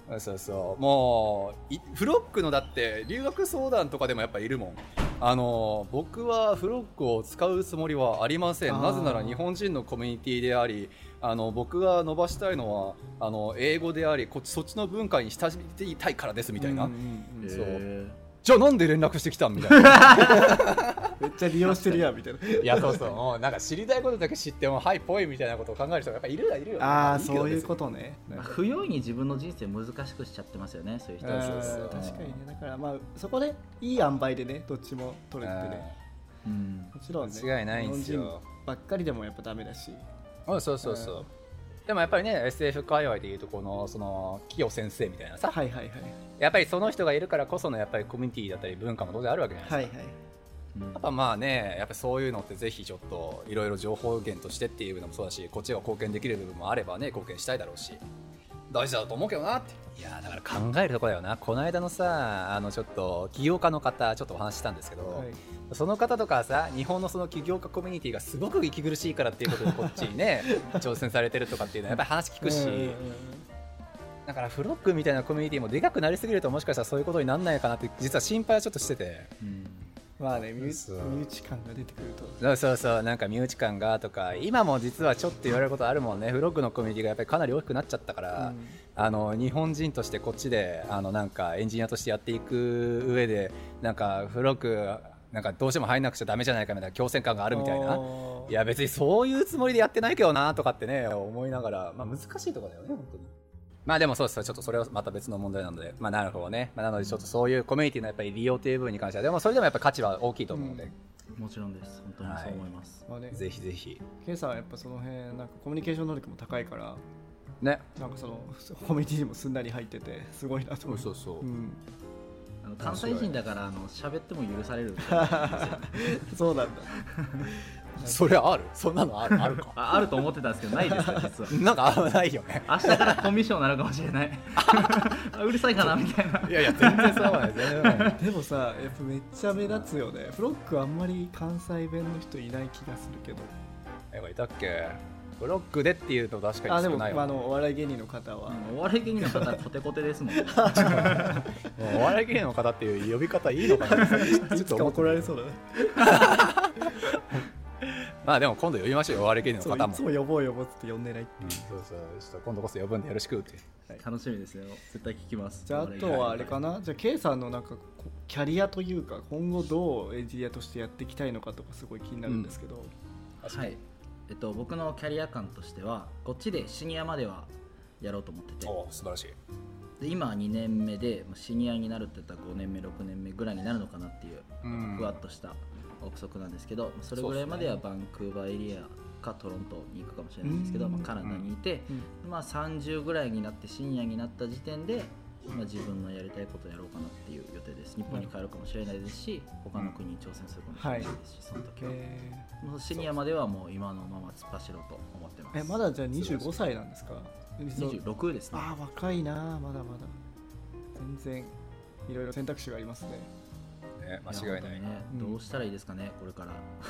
そうそう、もうフロックのだって留学相談とかでもやっぱいるもん。あの僕はフロックを使うつもりはありません。なぜなら日本人のコミュニティであり、あの僕が伸ばしたいのはあの英語であり、こっちそっちの文化に親しみたいからですみたいな、うんうんうん、そうじゃあなんで連絡してきたんみたいなめっちゃ利用してるやんみたいな。 いやそうそう、もうなんか知りたいことだけ知ってもはいぽいみたいなことを考える人がやっぱいるはいるよ、ね、 ああそういうことね。 不用意に自分の人生難しくしちゃってますよね、そういう人は。 そうそう確かにね。だからまあそこでいい塩梅でねどっちも取れてね、うん、もちろんね間違いないんですよ。 日本人ばっかりでもやっぱダメだし。 そうそうそうそう、でもやっぱりね エスエフ 界隈でいうとこのそのキヨ先生みたいなさ、 はいはいはい、 やっぱりその人がいるからこそのやっぱりコミュニティだったり文化も当然あるわけじゃないですか。はいはい、うん、やっぱまあね、やっぱそういうのってぜひちょっといろいろ情報源としてっていうのもそうだし、こっちが貢献できる部分もあればね貢献したいだろうし、大事だと思うけどなって。いやだから考えるところだよな。この間のさあのちょっと起業家の方ちょっとお話ししたんですけど、はい、その方とかさ日本のその起業家コミュニティがすごく息苦しいからっていうことでこっちにね挑戦されてるとかっていうのはやっぱり話聞くし、だからフロックみたいなコミュニティもでかくなりすぎるともしかしたらそういうことにならないかなって実は心配はちょっとしてて、うん、 まあね、身内、身内感が出てくると、 そうそうそう、なんか身内感がとか今も実はちょっと言われることあるもんね。フロックのコミュニティがやっぱりかなり大きくなっちゃったから、うん、あの日本人としてこっちであのなんかエンジニアとしてやっていく上でなんかフロックなんかどうしても入んなくちゃダメじゃないかみたいな強制感があるみたいな、いや別にそういうつもりでやってないけどなとかってね思いながら、まあ難しいところだよね本当に。まあでもそうです、ちょっとそれはまた別の問題なので、まあなるほどね、まあ、なのでちょっとそういうコミュニティのやっぱり利用という部分に関してはでもそれでもやっぱ価値は大きいと思うので、 うん、もちろんです、本当にそう思います、 はい、まあね、ぜひぜひ。 ケイさんはやっぱその辺なんかコミュニケーション能力も高いからね、 なんかそのコミュニティにもすんなり入っててすごいなと思う。 そうそう、うん、 あの関西人だからあの喋っても許されるそうなんだそれある？そんなのある？あるかああると思ってたんですけどないですか実は。 なんかあないよね。 明日からコンビションになるかもしれない。うるさいかなみたいな。 いやいや全然そうない全然ない。 でもさやっぱめっちゃ目立つよね。フロックあんまり関西弁の人いない気がするけど。 えいたっけ？フロックでっていうと確かに少ないわ。 あでもあのお笑い芸人の方は、 うん、お笑い芸人の方はコテコテですもん。もうお笑い芸人の方っていう呼び方いいのかな。ちょっと怒られそうだね。 まあでも今度呼びましょうよ、お笑い芸人の方も。 いつも呼ぼう呼ぼうって呼んでないって、 うん、そうそう、ちょっと今度こそ呼ぶんでよろしくって、 はい、楽しみですよ、絶対聞きます。 じゃああとはあれかな、じゃあ K さんのなんかキャリアというか今後どうエンジニアとしてやっていきたいのかとかすごい気になるんですけど、 うん、はい、えっと、僕のキャリア感としてはこっちでシニアまではやろうと思ってて、 お素晴らしい。 で今にねんめでシニアになるって言ったらごねんめろくねんめぐらいになるのかなっていう、うん、ふわっとした憶測なんですけど、それぐらいまではバンクーバーエリアかトロントに行くかもしれないんですけど、まあ、カナダにいて、うん、まあ、さんじゅうぐらいになってシニアになった時点で、まあ、自分のやりたいことをやろうかなっていう予定です。日本に帰るかもしれないですし、他の国に挑戦するかもしれないですし、はい、その時は、えー、もうシニアまではもう今のまま突っ走ろうと思ってます。 えまだじゃあにじゅうごさいなんですか？ にじゅうろくですね。 ああ若いな、まだまだ全然いろいろ選択肢がありますね。 ね、間違いない。いね、 どうしたらいいですかね、これから。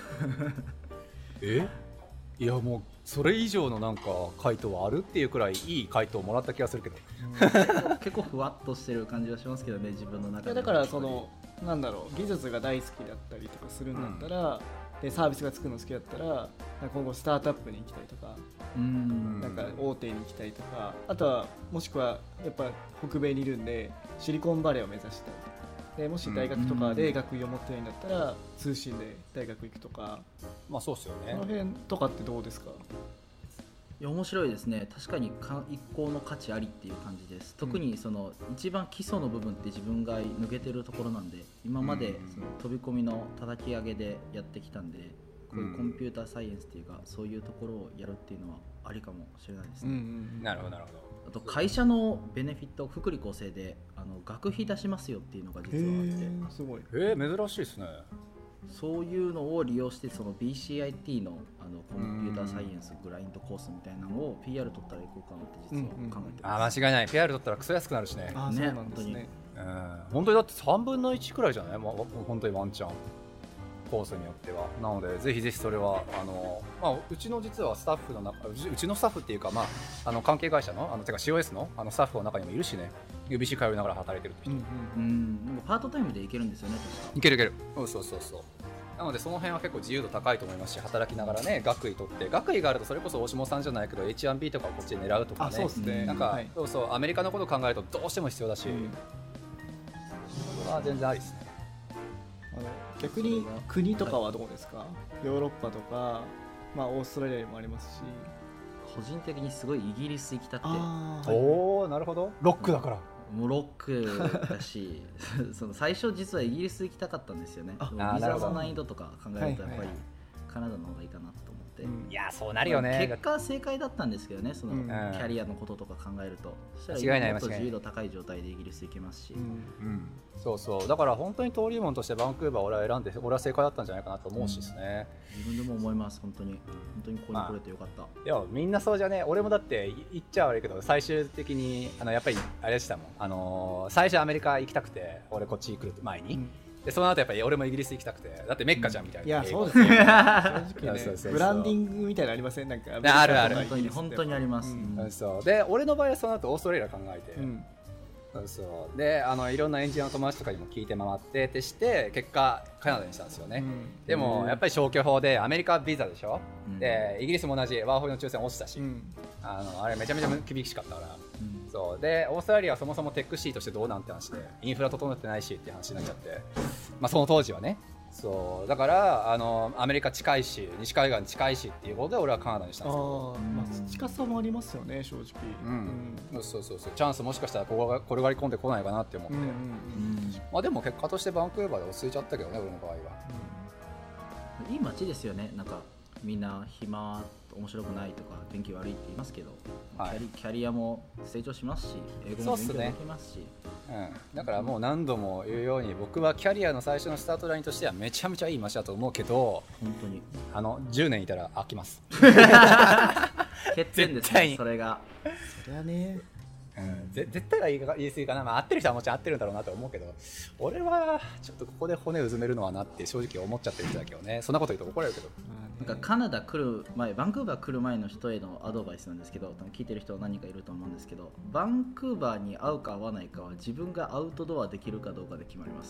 えいやもうそれ以上のなんか回答はあるっていうくらいいい回答をもらった気がするけど、 うん、結構ふわっとしてる感じはしますけどね、自分の中で。 いやだからそのなんだろう、技術が大好きだったりとかするんだったら、うん、でサービスが作るの好きだったら今後スタートアップに行きたいとか、うん、なんか大手に行きたいとか、あとはもしくはやっぱ北米にいるんでシリコンバレーを目指したいとかで、もし大学とかで学位を持ってないんだったら通信で大学行くとか、 まあそうですよね。 その辺とかってどうですか？ いや面白いですね。確かに一向の価値ありっていう感じです。特にその一番基礎の部分って自分が抜けてるところなんで、今までその飛び込みの叩き上げでやってきたんで、こういうコンピューターサイエンスっていうかそういうところをやるっていうのはありかもしれないですね。うんうん、なるほどなるほど。 あと会社のベネフィット、福利厚生であの学費出しますよっていうのが実はあって、 すごい、 えー、珍しいですね。 そういうのを利用してその ビーシーアイティー の, あのコンピューターサイエンスグラインドコースみたいなのを ピーアール 取ったらいこうかなって実は考えてます。 うんうん、あ間違いない。 ピーアール 取ったらクソ安くなるしね。 あ、ね、そうなんですね。 うん、本当にだってさんぶんのいちくらいじゃない、まあ、本当にワンチャンコースによっては。なのでぜひぜひそれはあの、まあ、うちの実はスタッフの中、うち、うちのスタッフっていうか、まあ、あの関係会社のあのてか シーオーエス の, あのスタッフの中にもいるしね、ユービーシー 通いながら働いてるって人、 うんうんうん、パートタイムでいけるんですよね。確かいけるいける、そうそうそうそう。なのでその辺は結構自由度高いと思いますし、働きながらね学位取って、学位があるとそれこそ大下さんじゃないけど エイチワンビー とかをこっちで狙うとかね、 あ、そうですね、 なんか、 はい、 そうそうアメリカのことを考えるとどうしても必要だし、うん、それは全然ありですね。 あの逆に国とかはどうですか？はい、ヨーロッパとか、まあ、オーストラリアにもありますし、 個人的にすごいイギリス行きたくて。 おお、なるほど、ロックだから。 もうロックだしその最初実はイギリス行きたかったんですよね。ビザの難易度とか考えるとやっぱりカナダの方がいいかなと思って、うん、 いやそうなるよね。 結果正解だったんですけどね、その、うん、キャリアのこととか考えると、 そしたら今もっと自由度高い状態でイギリス行けますし、うんうん、そうそうだから本当に登竜門としてバンクーバーを俺は選んで、俺は正解だったんじゃないかなと思うしですね、 うん、自分でも思います。本当に本当にここに来れてよかった、まあ、いやみんなそうじゃね。俺もだって言っちゃ悪いけど最終的にあのやっぱりあれでしたもん、あのー、最初アメリカ行きたくて、俺こっち来る前に、うん、でその後やっぱり俺もイギリス行きたくて、だってメッカじゃんみたいな、うん、 いやそうですね正直ねそうそうそう、ブランディングみたいなのありません？なんかあるある、 本当に本当にあります、 うんうん、そうで俺の場合はその後オーストラリア考えて、うん、そうそうであのいろんなエンジニアの友達とかにも聞いて回ってってして結果カナダにしたんですよね、うん、でもやっぱり消去法でアメリカはビザでしょ、うん、でイギリスも同じワーホリの抽選落ちたし、うん、あのあれめちゃめちゃ厳しかったから、うん、そうでオーストラリアはそもそもテックシーとしてどうなんて話でインフラ整ってないしって話になっちゃって、まあ、その当時はね、そうだからあのアメリカ近いし西海岸近いしっていうことで俺はカナダにしたんですよ。 あ、まあ、近さもありますよね正直、 うんうん、そうそうそうチャンスもしかしたらここが転がり込んでこないかなって思って、うんうんうん、まあ、でも結果としてバンクーバーで落ち着いちゃったけどね俺の場合は、 うん、いい街ですよね。なんかみんな暇面白くないとか天気悪いって言いますけど、はい、キャリ、キャリアも成長しますし英語も勉強できますし、 うん、だからもう何度も言うように僕はキャリアの最初のスタートラインとしてはめちゃめちゃいい街だと思うけど、 本当にあのじゅうねんいたら飽きます欠点ですねそれが。 それはね、 うん、ぜ絶対は言い言い過ぎかな、まあ、合ってる人はもちろん合ってるんだろうなと思うけど、俺はちょっとここで骨をうずめるのはなって正直思っちゃってる人だけどね。そんなこと言うと怒られるけど、 なんかカナダ来る前、バンクーバー来る前の人へのアドバイスなんですけど、多分聞いてる人は何人かいると思うんですけど、バンクーバーに合うか合わないかは自分がアウトドアできるかどうかで決まります。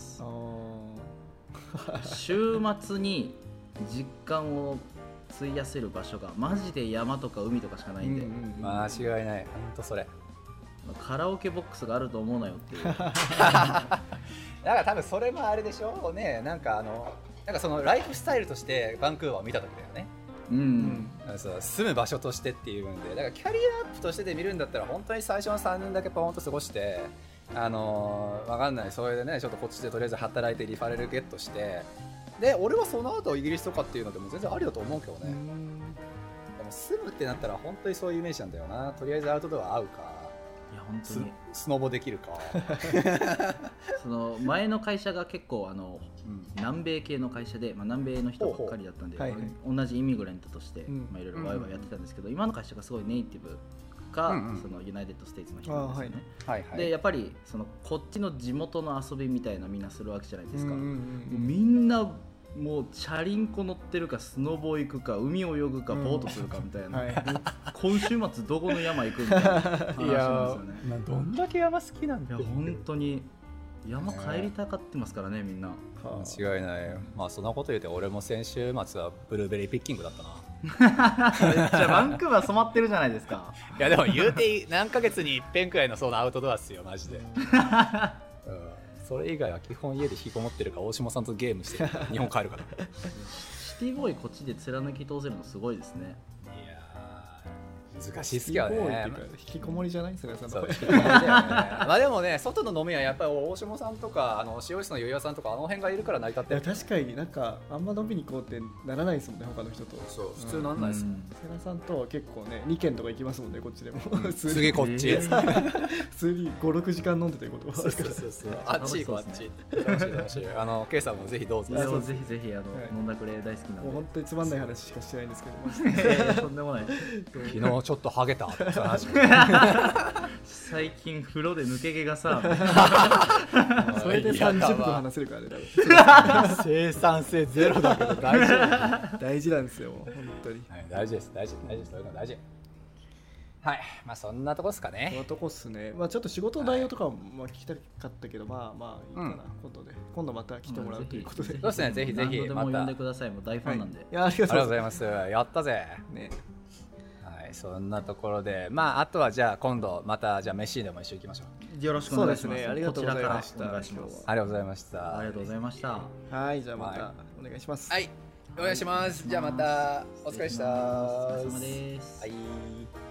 週末に実感を費やせる場所がマジで山とか海とかしかないんで、うんうんうん、 間違いない、本当それ。 カラオケボックスがあると思うなよっていうだから多分それもあれでしょうね、なんかあのなんかそのライフスタイルとしてバンクーバーを見た時だよね、うんうん、そう住む場所としてっていうので、だからキャリアアップとしてで見るんだったら本当に最初のさんねんだけポーンと過ごして、あのー、分かんない、それでねちょっとこっちでとりあえず働いてリファレルゲットして、で俺はその後イギリスとかっていうのでも全然ありだと思うけどね。でも住むってなったら本当にそういうイメージなんだよな。とりあえずアウトドア合うか、 いや本当にス, スノボできるかその前の会社が結構あの、うん、南米系の会社で、まあ、南米の人ばっかりだったんで、はいはい、同じイミグレントとして、うんまあ、いろいろワイワイやってたんですけど、うん、今の会社がすごいネイティブか、うんうん、そのユナイテッドステイツの人なんですよね、はいはいはい、でやっぱりそのこっちの地元の遊びみたいなみんなするわけじゃないですか、うんうんうん、みんなもうチャリンコ乗ってるかスノボ行くか海を泳ぐかボートするかみたいな、うんはい、今週末どこの山行くみたいな話なんですよね。いやどんだけ山好きなんだよ。 いや本当に山帰りたがってますからね、みんな。 間違いない。まあそんなこと言うて俺も先週末はブルーベリーピッキングだったなめっちゃバンクーバー染まってるじゃないですか。 いやでも言うて何ヶ月に一遍くらいのそうなアウトドアっすよマジで、うん、それ以外は基本家で引きこもってるか大下さんとゲームしてるから日本帰るからシティボーイこっちで貫き通せるのすごいですね。 いや難しいっすけどね。 引きこもりじゃないですか。 そう引きこもりだよねまあでもね外の飲みはやっぱり大下さんとかあの塩室のゆいやさんとかあの辺がいるから成り立ってる。 いや確かになんかあんま飲みに行こうってならないですもんね他の人と。 そう普通なんないですもん、うん、 セラさんとは結構ねにけんとか行きますもんねこっちでも、 うん、次こっち普通にごろくじかん飲んでてことそうそうそうそうあっち行こうあっち楽しい楽しいあのケイさんもぜひどうぞ。 いやぜひぜひあの、はい、飲んだくれ大好きなんで。 もう本当につまんない話しかしてないんですけどいやいやとんでもない昨日ちょっちょっとハゲたって話最近風呂で抜け毛がさそれでさんじゅっぷん話せるからね生産性ゼロだけど大事大事なんですよ本当に、 はい、大事です大事大事そういうの大事。はい、まあそんなとこですかね。 そんなとこっすね。まあちょっと仕事の内容とかも聞きたかったけど、まあまあいいかな、うん、今度で今度また来てもらうということで。 そうですね、ぜひぜひまた呼んでください。もう大ファンなんで。はい、 いやありがとうございます。やったぜ。ね。はい、そんなところで、まああとはじゃあ今度またじゃあ飯でも一緒に行きましょう。よろしくお願いします。 そうですね、ありがとうございました。 お願いします。 ありがとうございました。 ありがとうございました。 はい、じゃあまたお願いします。 はい、お願いします。じゃあまたお疲れ様でした。 お疲れ様です。 はい。